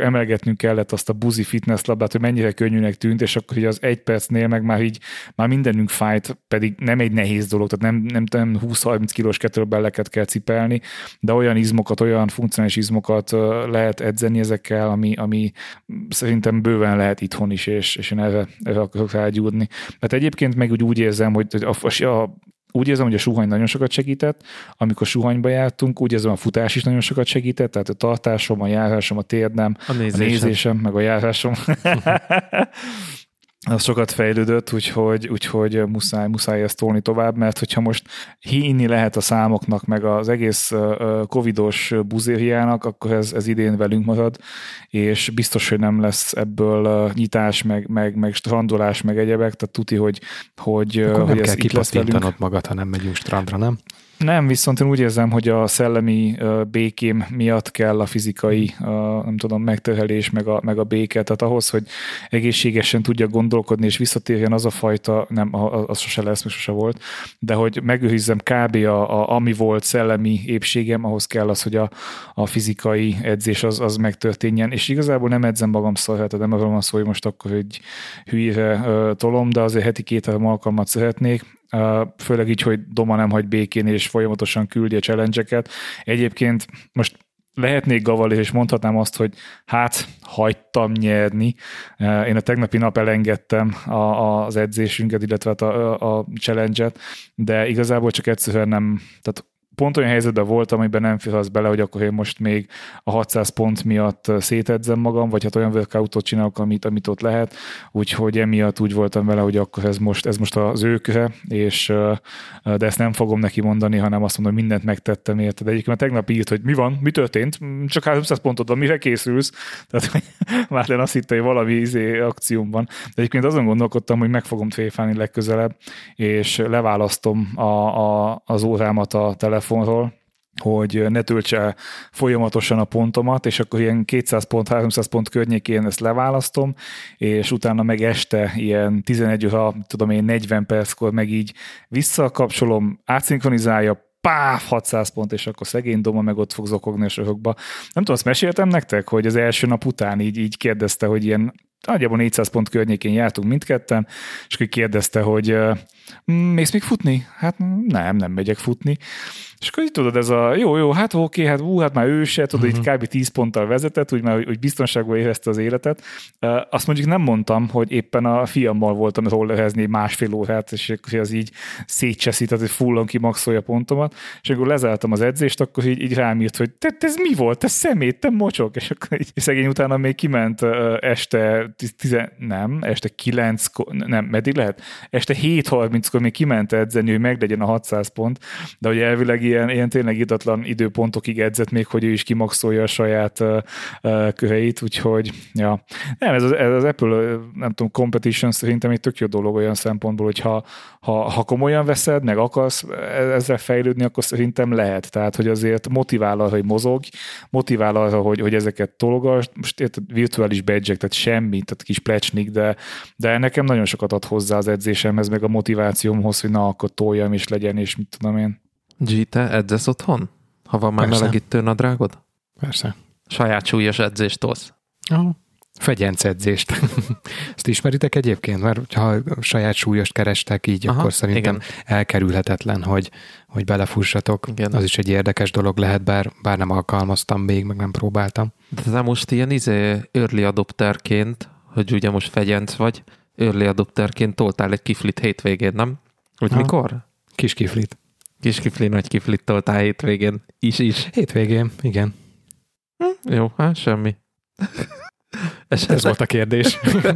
akkor emelgetnünk kellett azt a buzi fitness labdát, hogy mennyire könnyűnek tűnt, és akkor így az egy percnél meg már így már mindenünk fájt, pedig nem egy nehéz dolog, tehát nem, nem, nem húsz-harminc kilós kettlebelleket kell cipelni, de olyan izmokat, olyan funkcionális izmokat lehet edzeni ezekkel, ami, ami szerintem bőven lehet itthon is, és, és én erre, erre akarok rágyúrni. Hát egyébként meg úgy, úgy érzem, hogy a, a Úgy érzem, hogy a suhany nagyon sokat segített, amikor suhanyba jártunk, úgy érzem, a futás is nagyon sokat segített, tehát a tartásom, a járásom, a térdem, a, a nézésem, meg a járásom. Az sokat fejlődött, úgyhogy, úgyhogy muszáj, muszáj ezt tolni tovább, mert hogyha most hinni lehet a számoknak, meg az egész covidos buzériának, akkor ez, ez idén velünk marad, és biztos, hogy nem lesz ebből nyitás, meg, meg, meg strandolás, meg egyebek, tehát tuti, hogy, hogy, akkor hogy nem ez kell itt lesz velünk. magad, ha nem megyünk strandra, nem? Nem, viszont én úgy érzem, hogy a szellemi békém miatt kell a fizikai, nem tudom, megterhelés, meg a, meg a béke. Tehát ahhoz, hogy egészségesen tudja gondolkodni, és visszatérjen az a fajta, nem, az sose lesz, meg sose volt, de hogy megőrizzem kb. A, a, ami volt szellemi épségem, ahhoz kell az, hogy a, a fizikai edzés az, az megtörténjen. És igazából nem edzem magam szarra, tehát nem arról van szó, hogy most akkor egy hülyére tolom, de azért heti két-három alkalmat szeretnék. Uh, főleg így, hogy Doma nem hagy békén, és folyamatosan küldi a challenge-eket. Egyébként most lehetnék gaval, és mondhatnám azt, hogy hát hagytam nyerni. Uh, én a tegnapi nap elengedtem a, a, az edzésünket, illetve a, a challenge-et, de igazából csak egyszerűen nem, tehát pont olyan helyzetben voltam, amiben nem félsz bele, hogy akkor én most még a hatszáz pont miatt szétedzem magam, vagy hát olyan workoutot csinálok, amit, amit ott lehet, úgyhogy emiatt úgy voltam vele, hogy akkor ez most, ez most az ő köre, és, de ezt nem fogom neki mondani, hanem azt mondom, hogy mindent megtettem érted. De egyébként tegnap írt, hogy mi van, mi történt, csak háromszáz pontod van, mire készülsz? Tehát Márten azt hitte, hogy valami izé akcióm van. De egyébként azon gondolkodtam, hogy meg fogom tréfálni legközelebb, és leválasztom a, a, az órámat a telefonról, hogy ne töltse folyamatosan a pontomat, és akkor ilyen kétszáz pont, háromszáz pont környékén ezt leválasztom, és utána meg este ilyen tizenegy óra, tudom én, negyven perckor meg így visszakapcsolom, átszinkronizálja, páf, hatszáz pont, és akkor szegény Doma meg ott fog zokogni a sorokba. Nem tudom, azt meséltem nektek, hogy az első nap után így, így kérdezte, hogy ilyen nagyjából négyszáz pont környékén jártunk mindketten, és akkor kérdezte, hogy mész még futni? Hát nem, nem megyek futni. És akkor így tudod, ez a jó, jó, hát oké, hát ú, hát már ő se, tudod, uh-huh. így kb. tíz ponttal vezetett, úgy már, hogy biztonságban érezte az életet. Azt mondjuk nem mondtam, hogy éppen a fiammal voltam rollerezni másfél órát, és akkor az így szétcseszi, tehát hogy fullon kimaxolja a pontomat, és akkor lezártam az edzést, akkor így, így rám írt, hogy te, te ez mi volt, te szemét, te mocsok, és akkor így szegény utána még kiment este tizen, nem, este kilenc, nem, meddig lehet? Este hét harminckor még kiment edzeni, hogy meglegyen a hatszáz pont, de hogy elvileg ilyen, ilyen tényleg idatlan időpontokig edzett még, hogy ő is kimaxolja a saját uh, uh, köreit, úgyhogy ja. Nem, ez az, ez az Apple, nem tudom, competition szerintem egy tök jó dolog olyan szempontból, hogy ha, ha, ha komolyan veszed, meg akarsz ezzel fejlődni, akkor szerintem lehet. Tehát, hogy azért motivál arra, hogy mozogj, motivál arra, hogy, hogy ezeket tologass. Most érted, virtuális badge-ek, tehát semmi, tehát kis plecsnik, de, de nekem nagyon sokat ad hozzá az edzésemhez, meg a motivációmhoz, hogy na, akkor toljam és legyen, és mit tudom én. G, te edzesz otthon? Ha van már melegítő nadrágod? Persze. Saját súlyos edzést tolsz? Oh. Fegyenc edzést. Ezt ismeritek egyébként? Mert ha saját súlyost kerestek így, aha, akkor szerintem igen. elkerülhetetlen, hogy, hogy belefussatok. Igen. Az is egy érdekes dolog lehet, bár, bár nem alkalmaztam még, meg nem próbáltam. De te most ilyen izé early adopterként, hogy ugye most fegyenc vagy, early adopterként toltál egy kiflit hétvégén, nem? Vagy ha. mikor? Kis kiflit. Kis kifli, nagy kiflit toltál hétvégén. Is, is. Hétvégén, igen. Hm, jó, hát semmi. Esetleg... Ez volt a kérdés.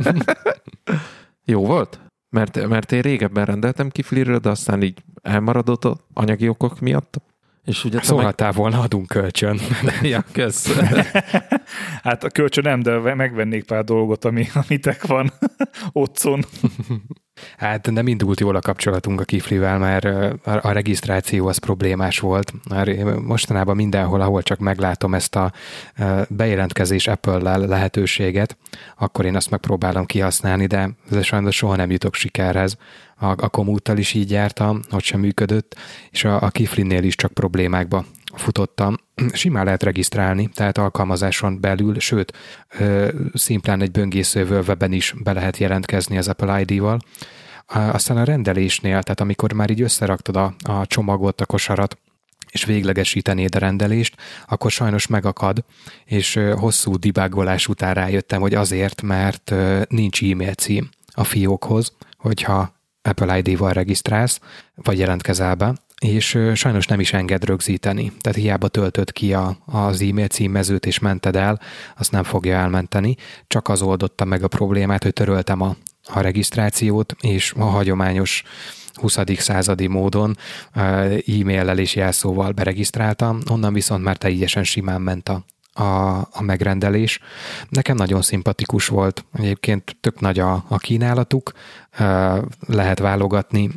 Jó volt? Mert, mert én régebben rendeltem kifliről, de aztán így elmaradott az anyagi okok miatt. És ugye szólhatál meg... volna, adunk kölcsön. Ja, kösz. Hát a kölcsön nem, de megvennék pár dolgot, ami, amitek van otthon. Hát nem indult jól a kapcsolatunk a kiflivel, mert a regisztráció az problémás volt. Mert mostanában mindenhol, ahol csak meglátom ezt a bejelentkezés Apple-lel lehetőséget, akkor én azt megpróbálom kihasználni, de ez sajnos soha nem jutok sikerhez. A, a Komoottal is így jártam, ott sem működött, és a, a kiflinél is csak problémákba futottam, simán lehet regisztrálni, tehát alkalmazáson belül, sőt, szimplán egy böngésző webben is be lehet jelentkezni az Apple i dé-val. Aztán a rendelésnél, tehát amikor már így összeraktad a, a csomagot, a kosarat, és véglegesítenéd a rendelést, akkor sajnos megakad, és hosszú debugolás után rájöttem, hogy azért, mert nincs e-mail cím a fiókhoz, hogyha Apple i dé-val regisztrálsz, vagy jelentkezel be, és sajnos nem is enged rögzíteni. Tehát hiába töltöd ki a, az e-mail címmezőt és mented el, azt nem fogja elmenteni. Csak az oldotta meg a problémát, hogy töröltem a, a regisztrációt, és a hagyományos huszadik századi módon e-maillel és jelszóval beregisztráltam, onnan viszont már teljesen simán ment a, a, a megrendelés. Nekem nagyon szimpatikus volt, egyébként tök nagy a, a kínálatuk, lehet válogatni,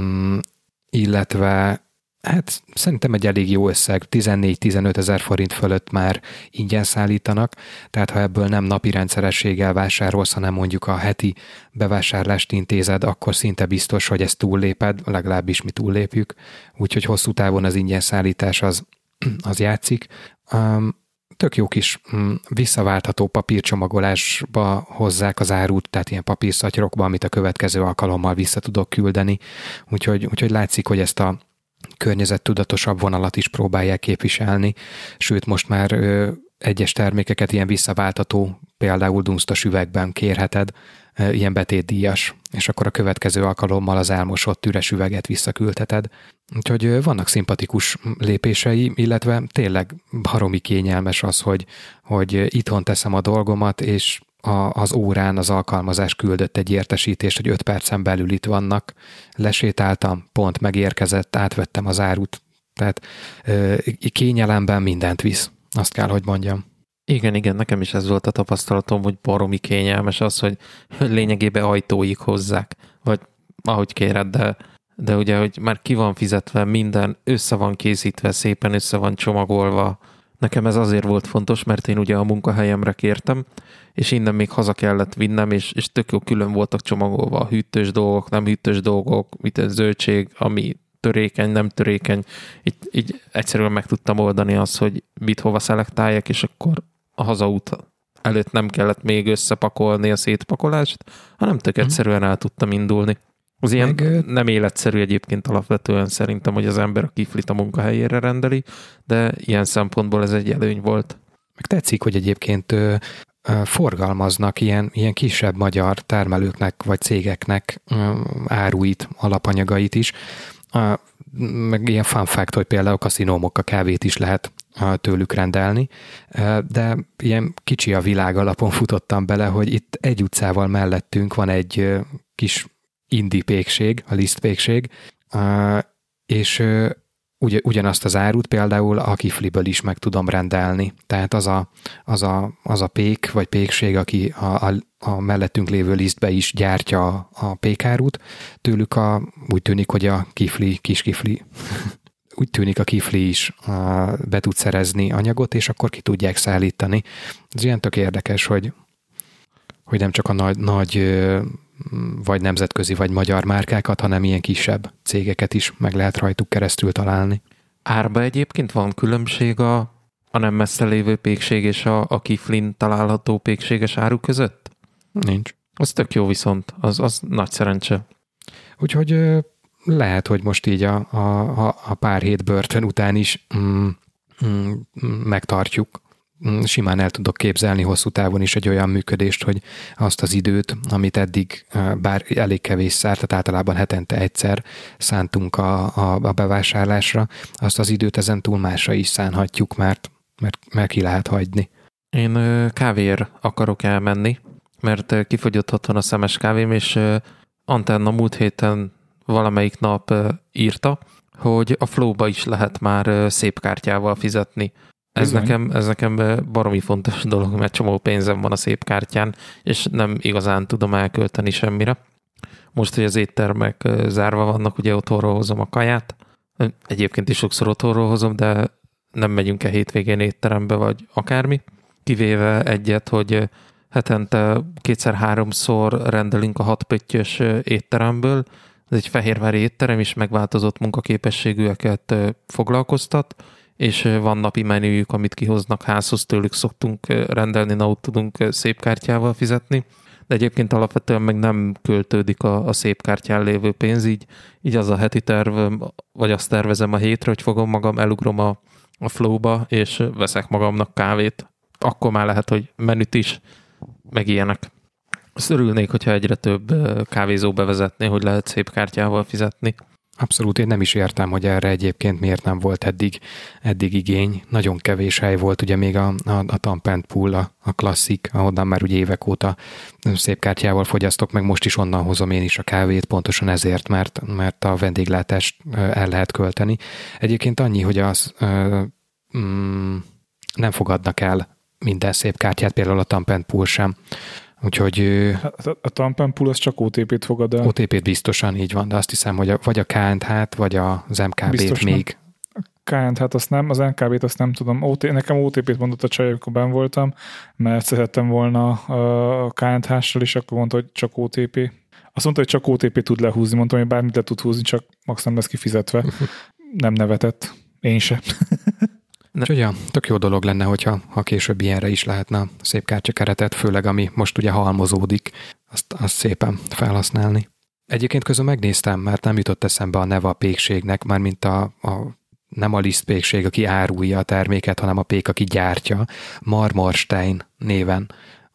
illetve hát szerintem egy elég jó összeg, tizennégy-tizenöt ezer forint fölött már ingyen szállítanak, tehát ha ebből nem napi rendszerességgel vásárolsz, hanem mondjuk a heti bevásárlást intézed, akkor szinte biztos, hogy ezt túlléped, legalábbis mi túllépjük, úgyhogy hosszú távon az ingyen szállítás az, az játszik. Um, tök jó kis um, visszaváltható papírcsomagolásba hozzák az árut, tehát ilyen papírszatyrokba, amit a következő alkalommal vissza tudok küldeni, úgyhogy, úgyhogy látszik, hogy ezt a környezettudatosabb vonalat is próbálják képviselni, sőt most már ö, egyes termékeket ilyen visszaváltató, például dunsztos üvegben kérheted, ö, ilyen betétdíjas, és akkor a következő alkalommal az elmosott üres üveget visszaküldheted. Úgyhogy ö, vannak szimpatikus lépései, illetve tényleg baromi kényelmes az, hogy, hogy itthon teszem a dolgomat, és A, az órán az alkalmazás küldött egy értesítést, hogy öt percen belül itt vannak. Lesétáltam, pont megérkezett, átvettem az árut. Tehát ö, kényelemben mindent visz, azt kell, hogy mondjam. Igen, igen, nekem is ez volt a tapasztalatom, hogy baromi kényelmes az, hogy lényegében ajtóig hozzák, vagy ahogy kéred, de, de ugye, hogy már ki van fizetve, minden össze van készítve, szépen össze van csomagolva. Nekem ez azért volt fontos, mert én ugye a munkahelyemre kértem, és innen még haza kellett vinnem, és, és tök jó külön voltak csomagolva a hűtős dolgok, nem hűtős dolgok, mit a zöldség, ami törékeny, nem törékeny. Így, így egyszerűen meg tudtam oldani azt, hogy mit hova szelektáljak, és akkor a hazaút előtt nem kellett még összepakolni a szétpakolást, hanem tök egyszerűen el tudtam indulni. Az ilyen meg, nem életszerű egyébként alapvetően szerintem, hogy az ember a kiflit a munkahelyére rendeli, de ilyen szempontból ez egy előny volt. Meg tetszik, hogy egyébként ö, ö, forgalmaznak ilyen, ilyen kisebb magyar termelőknek vagy cégeknek ö, áruit, alapanyagait is. Ö, meg ilyen fun fact, hogy például kaszinómokkal kávét is lehet ö, tőlük rendelni, ö, de ilyen kicsi a világ alapon futottam bele, hogy itt egy utcával mellettünk van egy ö, kis indi pékség, a Liszt pékség, és ugy, ugyanazt az árut például a kifliből is meg tudom rendelni. Tehát az a, az a, az a pék vagy pékség, aki a, a, a mellettünk lévő Lisztbe is gyártja a, a pékárút, tőlük a, úgy tűnik, hogy a kifli, kis kifli, úgy tűnik a kifli is be tud szerezni anyagot, és akkor ki tudják szállítani. Ez ilyen tök érdekes, hogy, hogy nem csak a nagy, nagy vagy nemzetközi, vagy magyar márkákat, hanem ilyen kisebb cégeket is meg lehet rajtuk keresztül találni. Árba egyébként van különbség a, a nem messze lévő pékség és a, a kiflin található pékséges áru között? Nincs. Az tök jó viszont, az, az nagy szerencse. Úgyhogy lehet, hogy most így a, a, a pár hét börtön után is mm, mm, megtartjuk. Simán el tudok képzelni hosszú távon is egy olyan működést, hogy azt az időt, amit eddig bár elég kevés szár, tehát általában hetente egyszer szántunk a, a, a bevásárlásra, azt az időt ezen túl másra is szánhatjuk, mert, mert, mert ki lehet hagyni. Én kávéért akarok elmenni, mert kifogyott otthon a szemes kávém, és Antenna múlt héten valamelyik nap írta, hogy a Flow-ba is lehet már szép kártyával fizetni. Ez nekem, ez nekem baromi fontos dolog, mert csomó pénzem van a szép kártyán, és nem igazán tudom elkölteni semmire. Most, hogy az éttermek zárva vannak, ugye otthonról hozom a kaját. Egyébként is sokszor otthonról hozom, de nem megyünk-e hétvégén étterembe, vagy akármi. Kivéve egyet, hogy hetente kétszer-háromszor rendelünk a hatpöttyös étteremből. Ez egy fehérvári étterem, és megváltozott munkaképességűeket foglalkoztat, és van napi menüjük, amit kihoznak házhoz, tőlük szoktunk rendelni, na ott tudunk szép kártyával fizetni, de egyébként alapvetően meg nem költődik a, a szép kártyán lévő pénz, így, így az a heti terv, vagy azt tervezem a hétre, hogy fogom magam, elugrom a, a flowba, és veszek magamnak kávét. Akkor már lehet, hogy menüt is, meg ilyenek. Azt örülnék, hogyha egyre több kávézó bevezetné, hogy lehet szép kártyával fizetni. Abszolút, én nem is értem, hogy erre egyébként miért nem volt eddig, eddig igény. Nagyon kevés hely volt, ugye még a, a, a Thumb and Pull, a, a klasszik, ahonnan már ugye évek óta szép kártyával fogyasztok, meg most is onnan hozom én is a kávét, pontosan ezért, mert, mert a vendéglátást el lehet költeni. Egyébként annyi, hogy az mm, nem fogadnak el minden szép kártyát, például a Thumb and Pull sem. Úgyhogy... A, a Thumb and Pull az csak o té pét fogad el. o té pét biztosan így van, de azt hiszem, hogy a, vagy a ká en há-t, vagy az em ká bét biztos még. A ká en há-t azt nem, az em ká bét azt nem tudom. o té, nekem o té pét mondott a csaj, amikor benn voltam, mert szerettem volna a ká en há-sal, és akkor mondta, hogy csak o té pé. Azt mondta, hogy csak o té pé tud lehúzni, mondtam, hogy bármit le tud húzni, csak max nem lesz kifizetve. Nem nevetett. Én se. Úgyhogy ja, tök jó dolog lenne, hogyha ha később ilyenre is lehetne a szép kártyakeretet, főleg ami most ugye halmozódik, azt, azt szépen felhasználni. Egyébként közben megnéztem, mert nem jutott eszembe a neve a pékségnek, mármint a, a nem a lisztpékség, aki árulja a terméket, hanem a pék, aki gyártja. Marmorstein néven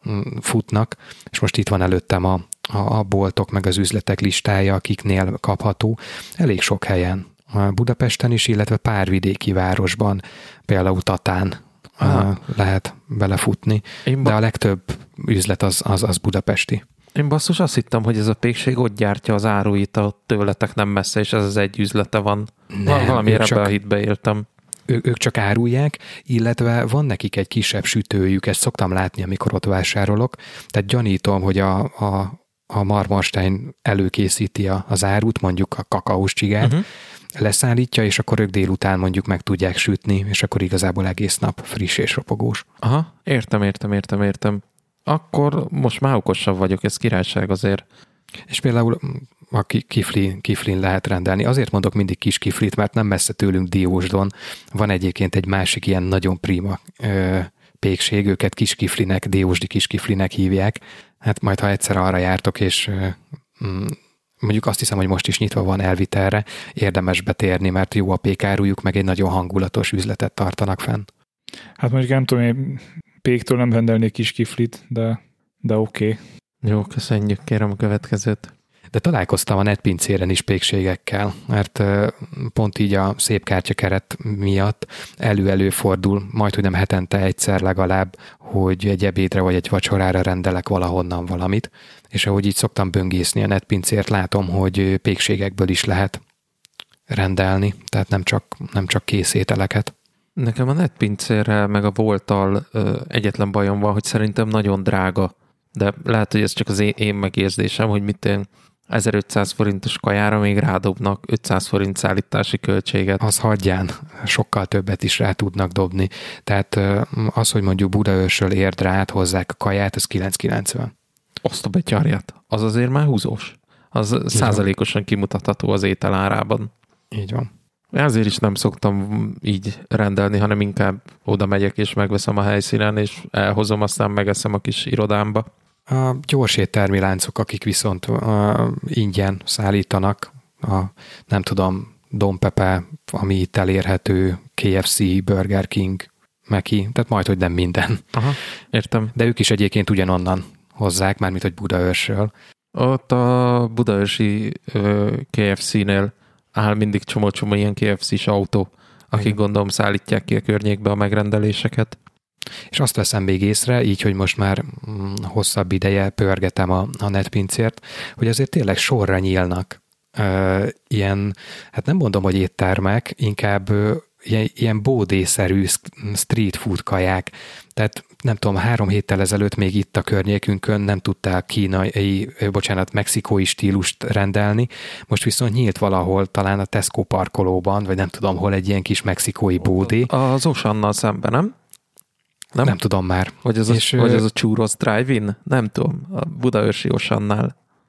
futnak, és most itt van előttem a, a, a boltok meg az üzletek listája, akiknél kapható. Elég sok helyen. Budapesten is, illetve pár vidéki városban, például Tatán ah. lehet belefutni, ba- de a legtöbb üzlet az, az, az budapesti. Én basszus azt hittem, hogy ez a pékség ott gyártja az áruit, a tőletek nem messze, és ez az egy üzlete van. Nem, valamiért ebbe a hitbe éltem. Ő, ők csak árulják, illetve van nekik egy kisebb sütőjük, ezt szoktam látni, amikor ott vásárolok, tehát gyanítom, hogy a, a, a Marmorstein előkészíti az árut, mondjuk a kakaós csigát, uh-huh. leszállítja, és akkor ők délután mondjuk meg tudják sütni, és akkor igazából egész nap friss és ropogós. Aha, értem, értem, értem, értem. Akkor most már okosabb vagyok, ez királyság azért. És például a kifli, kiflin lehet rendelni. Azért mondok mindig kis kiflit, mert nem messze tőlünk Diósdon van egyébként egy másik ilyen nagyon prima ö, pékség, őket kis kiflinek, diósdi kis kiflinek hívják. Hát majd, ha egyszer arra jártok, és ö, mm, mondjuk azt hiszem, hogy most is nyitva van elvitelre, érdemes betérni, mert jó a pékáruljuk, meg egy nagyon hangulatos üzletet tartanak fenn. Hát mondjuk nem tudom, én péktől nem rendelnék kis kiflit, de, de oké. Okay. Jó, köszönjük, kérem a következőt. De találkoztam a netpincéren is pékségekkel, mert pont így a szép kártyakeret miatt elő-elő fordul, majdhogy nem hetente egyszer legalább, hogy egy ebédre vagy egy vacsorára rendelek valahonnan valamit, és ahogy így szoktam böngészni a netpincért, látom, hogy pékségekből is lehet rendelni, tehát nem csak, nem csak kész ételeket. Nekem a netpincérrel meg a Volttal ö, egyetlen bajom van, hogy szerintem nagyon drága, de lehet, hogy ez csak az én, én megérzésem, hogy mit én ezerötszáz forintos kajára még rádobnak ötszáz forint szállítási költséget. Az hagyján, sokkal többet is rá tudnak dobni. Tehát az, hogy mondjuk Budaörsről Érdre áthozzák a kaját, az kilenc kilencven. Azt a betyárját. Az azért már húzós. Az így százalékosan van. Kimutatható az étel árában. Így van. Ezért is nem szoktam így rendelni, hanem inkább oda megyek és megveszem a helyszínen, és elhozom, aztán megeszem a kis irodámba. A gyors éttermi láncok, akik viszont uh, ingyen szállítanak, a, nem tudom, Don Pepe, ami itt elérhető, ká ef cé, Burger King, Meki, tehát majd, hogy nem minden. Aha, értem. De ők is egyébként ugyanonnan hozzák, mármint, hogy Budaörsről. Ott a budaörsi uh, ká ef cé-nél áll mindig csomó-csomó ilyen ká ef cés autó, akik igen. Gondolom szállítják ki a környékbe a megrendeléseket. És azt veszem még észre, így, hogy most már mm, hosszabb ideje pörgetem a, a netpincért, hogy azért tényleg sorra nyílnak ö, ilyen, hát nem mondom, hogy éttermek, inkább ö, ilyen, ilyen bódészerű street food kaják. Tehát nem tudom, három héttel ezelőtt még itt a környékünkön nem tudták kínai, bocsánat, mexikói stílust rendelni, most viszont nyílt valahol, talán a Tesco parkolóban, vagy nem tudom hol, egy ilyen kis mexikói bódé. Az Oceannal szemben, nem? Nem? Nem tudom már. Vagy az, és, a, vagy az a Churros Drive-in? Nem tudom. A budaörsi Oceannál.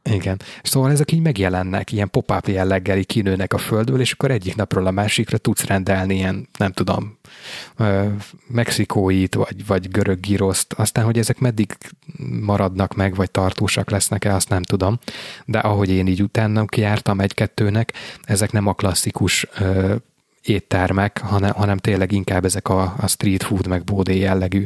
Igen. Szóval ezek így megjelennek, ilyen pop-up jelleggel így kinőnek a földből, és akkor egyik napról a másikra tudsz rendelni ilyen, nem tudom, mexikóit, vagy, vagy görög giroszt. Aztán, hogy ezek meddig maradnak meg, vagy tartósak lesznek-e, azt nem tudom. De ahogy én így utána jártam egy-kettőnek, ezek nem a klasszikus ö, éttermek, hanem, hanem tényleg inkább ezek a, a street food, meg bódé jellegű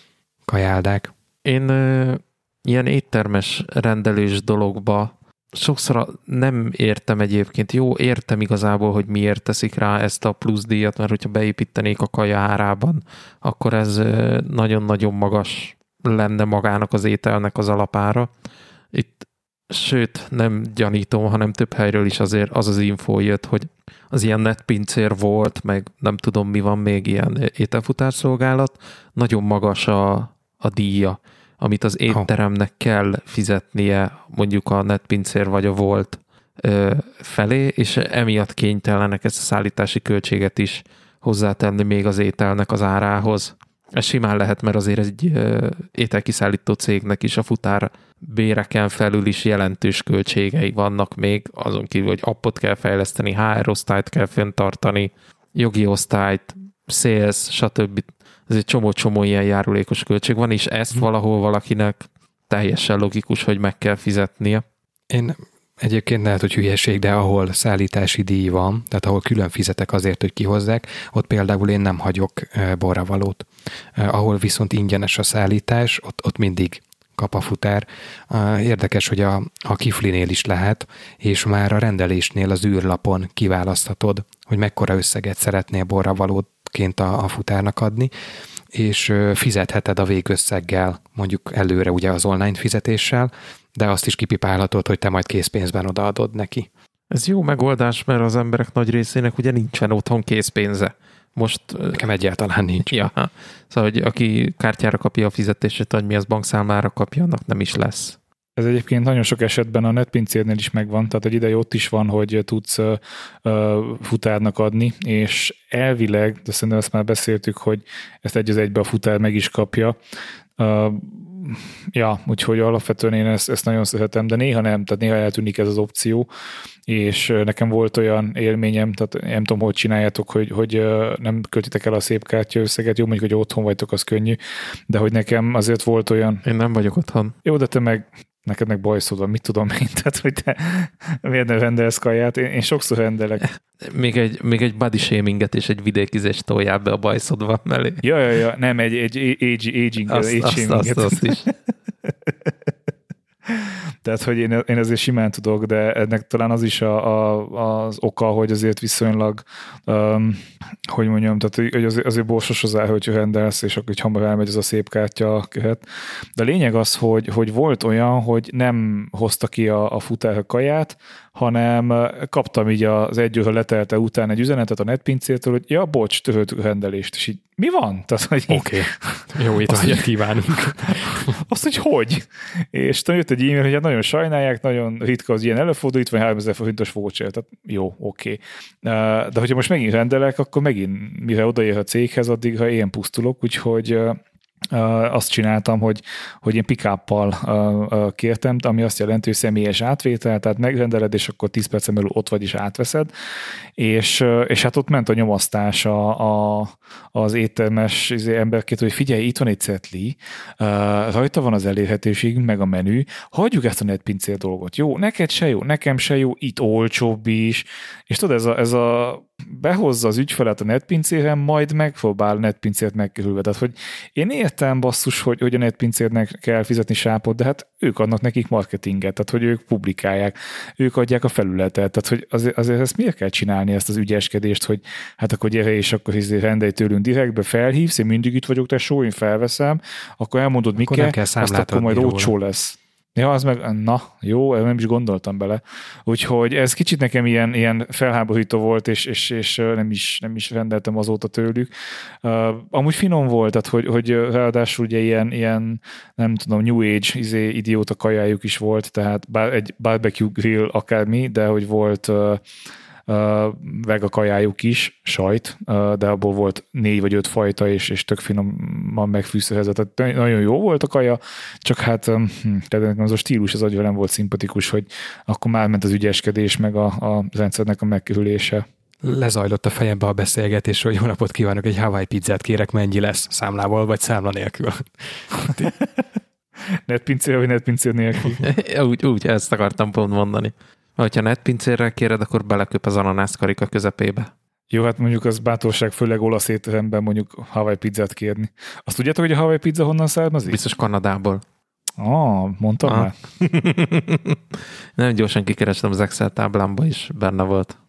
kajáldák. Én ö, ilyen éttermes rendelős dologba sokszor nem értem egyébként. Jó, értem igazából, hogy miért teszik rá ezt a pluszdíjat, mert hogyha beépítenék a kaja árában, akkor ez ö, nagyon-nagyon magas lenne magának az ételnek az alapára. Itt, sőt, nem gyanítom, hanem több helyről is azért az az infó jött, hogy az ilyen netpincér volt, meg nem tudom mi van még, ilyen ételfutárszolgálat, nagyon magas a, a díja, amit az étteremnek kell fizetnie mondjuk a netpincér vagy a volt ö, felé, és emiatt kénytelenek ezt a szállítási költséget is hozzátenni még az ételnek az árához. Ez simán lehet, mert azért egy ö, ételkiszállító cégnek is a futár béreken felül is jelentős költségei vannak még, azon kívül, hogy appot kell fejleszteni, há er osztályt kell fenntartani, jogi osztályt, sales, stb. Ez egy csomó-csomó ilyen járulékos költség van, és ezt hmm. valahol valakinek teljesen logikus, hogy meg kell fizetnie. Én egyébként lehet, hogy hülyeség, de ahol szállítási díj van, tehát ahol külön fizetek azért, hogy kihozzák, ott például én nem hagyok borravalót. Ahol viszont ingyenes a szállítás, ott, ott mindig kap a futár. Érdekes, hogy a, a kiflinél is lehet, és már a rendelésnél az űrlapon kiválaszthatod, hogy mekkora összeget szeretnél borravalóként a, a futárnak adni, és fizetheted a végösszeggel, mondjuk előre ugye az online fizetéssel, de azt is kipipálhatod, hogy te majd készpénzben odaadod neki. Ez jó megoldás, mert az emberek nagy részének ugye nincsen otthon készpénze. Most, nekem egyáltalán nincs. Ja, szóval, hogy aki kártyára kapja a fizetését, hogy mi az bankszámlára kapja, annak nem is lesz. Ez egyébként nagyon sok esetben a netpincérnél is megvan, tehát egy ideje ott is van, hogy tudsz uh, futárnak adni, és elvileg, de szerintem ezt már beszéltük, hogy ezt egy az egybe a futár meg is kapja. Uh, ja, úgyhogy alapvetően én ezt, ezt nagyon szeretem, de néha nem, tehát néha eltűnik ez az opció, és nekem volt olyan élményem, tehát nem tudom, hogy csináljátok, hogy, hogy nem költitek el a szép kártya összeget, jó, mondjuk, hogy otthon vagytok, az könnyű, de hogy nekem azért volt olyan... Én nem vagyok otthon. Jó, de te meg, neked meg bajszod van, mit tudom én, tehát hogy te miért nem rendelsz kaját, én, én sokszor rendelek. Még egy, még egy body shaminget és egy vidékizést toljál be a bajszodva mellé. Ja, ja, ja, nem, egy, egy age, aging, azt, age azt, shaminget. Azt, azt is. Tehát, hogy én, én azért simán tudok, de ennek talán az is a, a, az oka, hogy azért viszonylag, um, hogy mondjam, tehát hogy azért, azért borsos az áll, hogy rendelsz, és akkor így hamar elmegy ez a szép kártya köhet. De a lényeg az, hogy, hogy volt olyan, hogy nem hozta ki a, a futár a kaját, hanem kaptam így az egy óra letelte után egy üzenetet a netpincértől, hogy ja, bocs, töröltük a rendelést, és így mi van? Oké, okay. Jó étvágyat kívánunk. Azt, hogy hogy? És jött egy e-mail, hogy hát nagyon sajnálják, nagyon ritka az ilyen előfordul, itt van háromezer forintos voucher, tehát jó, oké. Okay. De hogyha most megint rendelek, akkor megint, mire odaér a céghez, addig, ha ilyen pusztulok, úgyhogy Uh, azt csináltam, hogy, hogy én pick-up-pal uh, uh, kértem, ami azt jelenti, hogy személyes átvétel, tehát megrendeled, és akkor tíz percen belül ott vagy is átveszed, és, uh, és hát ott ment a nyomasztás a, a, az éttermes emberkét, hogy figyelj, itt van egy cetli, uh, rajta van az elérhetőségünk, meg a menü, hagyjuk ezt a netpincér dolgot. Jó, neked se jó, nekem se jó, itt olcsóbb is, és tudod, ez a, ez a behozza az ügyfelet a netpincéren, majd megpróbál netpincért megkerülve. Tehát, hogy én értem basszus, hogy, hogy a netpincérnek kell fizetni sápot, de hát ők adnak nekik marketinget, tehát, hogy ők publikálják, ők adják a felületet, tehát, hogy azért, azért ezt miért kell csinálni, ezt az ügyeskedést, hogy hát akkor gyere, és akkor rendelj tőlünk direktbe, felhívsz, én mindig itt vagyok, tesó, én felveszem, akkor elmondod, mi kell, kell azt akkor majd olcsó lesz. Ja, az meg, na, jó, nem is gondoltam bele. Úgyhogy ez kicsit nekem ilyen, ilyen felháborító volt, és, és, és nem, is, nem is rendeltem azóta tőlük. Uh, amúgy finom volt, tehát hogy, hogy ráadásul ugye ilyen, ilyen, nem tudom, New Age izé, idióta kajájuk is volt, tehát bár, egy barbecue grill akármi, de hogy volt uh, vega kajájuk is, sajt, de abból volt négy vagy öt fajta, és, és tök finoman megfűszerezett. Tehát nagyon jó volt a kaja, csak hát tehát az a stílus az agyvel nem volt szimpatikus, hogy akkor már ment az ügyeskedés, meg a, a rendszernek a megkerülése. Lezajlott a fejembe a beszélgetés, hogy jó napot kívánok, egy Hawaii pizzát kérek, mennyi lesz? Számlával vagy számla nélkül? Netpincér vagy netpincér nélkül? úgy, úgy, ezt akartam pont mondani. Ha netpincérrel kéred, akkor beleköp az ananászkarika közepébe. Jó, hát mondjuk az bátorság, főleg olasz étteremben mondjuk Hawaii pizzát kérni. Azt tudjátok, hogy a Hawaii pizza honnan származik? Biztos Kanadából. Ah, mondtam ah. már. Nem gyorsan kikerestem az Excel táblámba is, benne volt.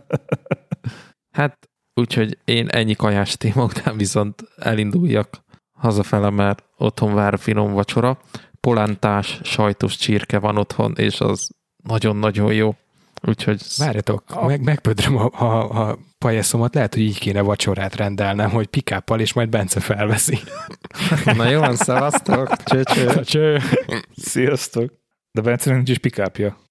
Hát, úgyhogy én ennyi kajás téma után viszont elinduljak hazafele, mert otthon vár finom vacsora. Polántás, sajtos csirke van otthon, és az nagyon-nagyon jó. Úgyhogy... Várjatok, a... meg, megpödröm a, a, a pajesszomat, lehet, hogy így kéne vacsorát rendelnem, hogy pikáppal, és majd Bence felveszi. Na jó, szevasztok! Cső, cső. Cső. Sziasztok! De Bence nincs is pikápja.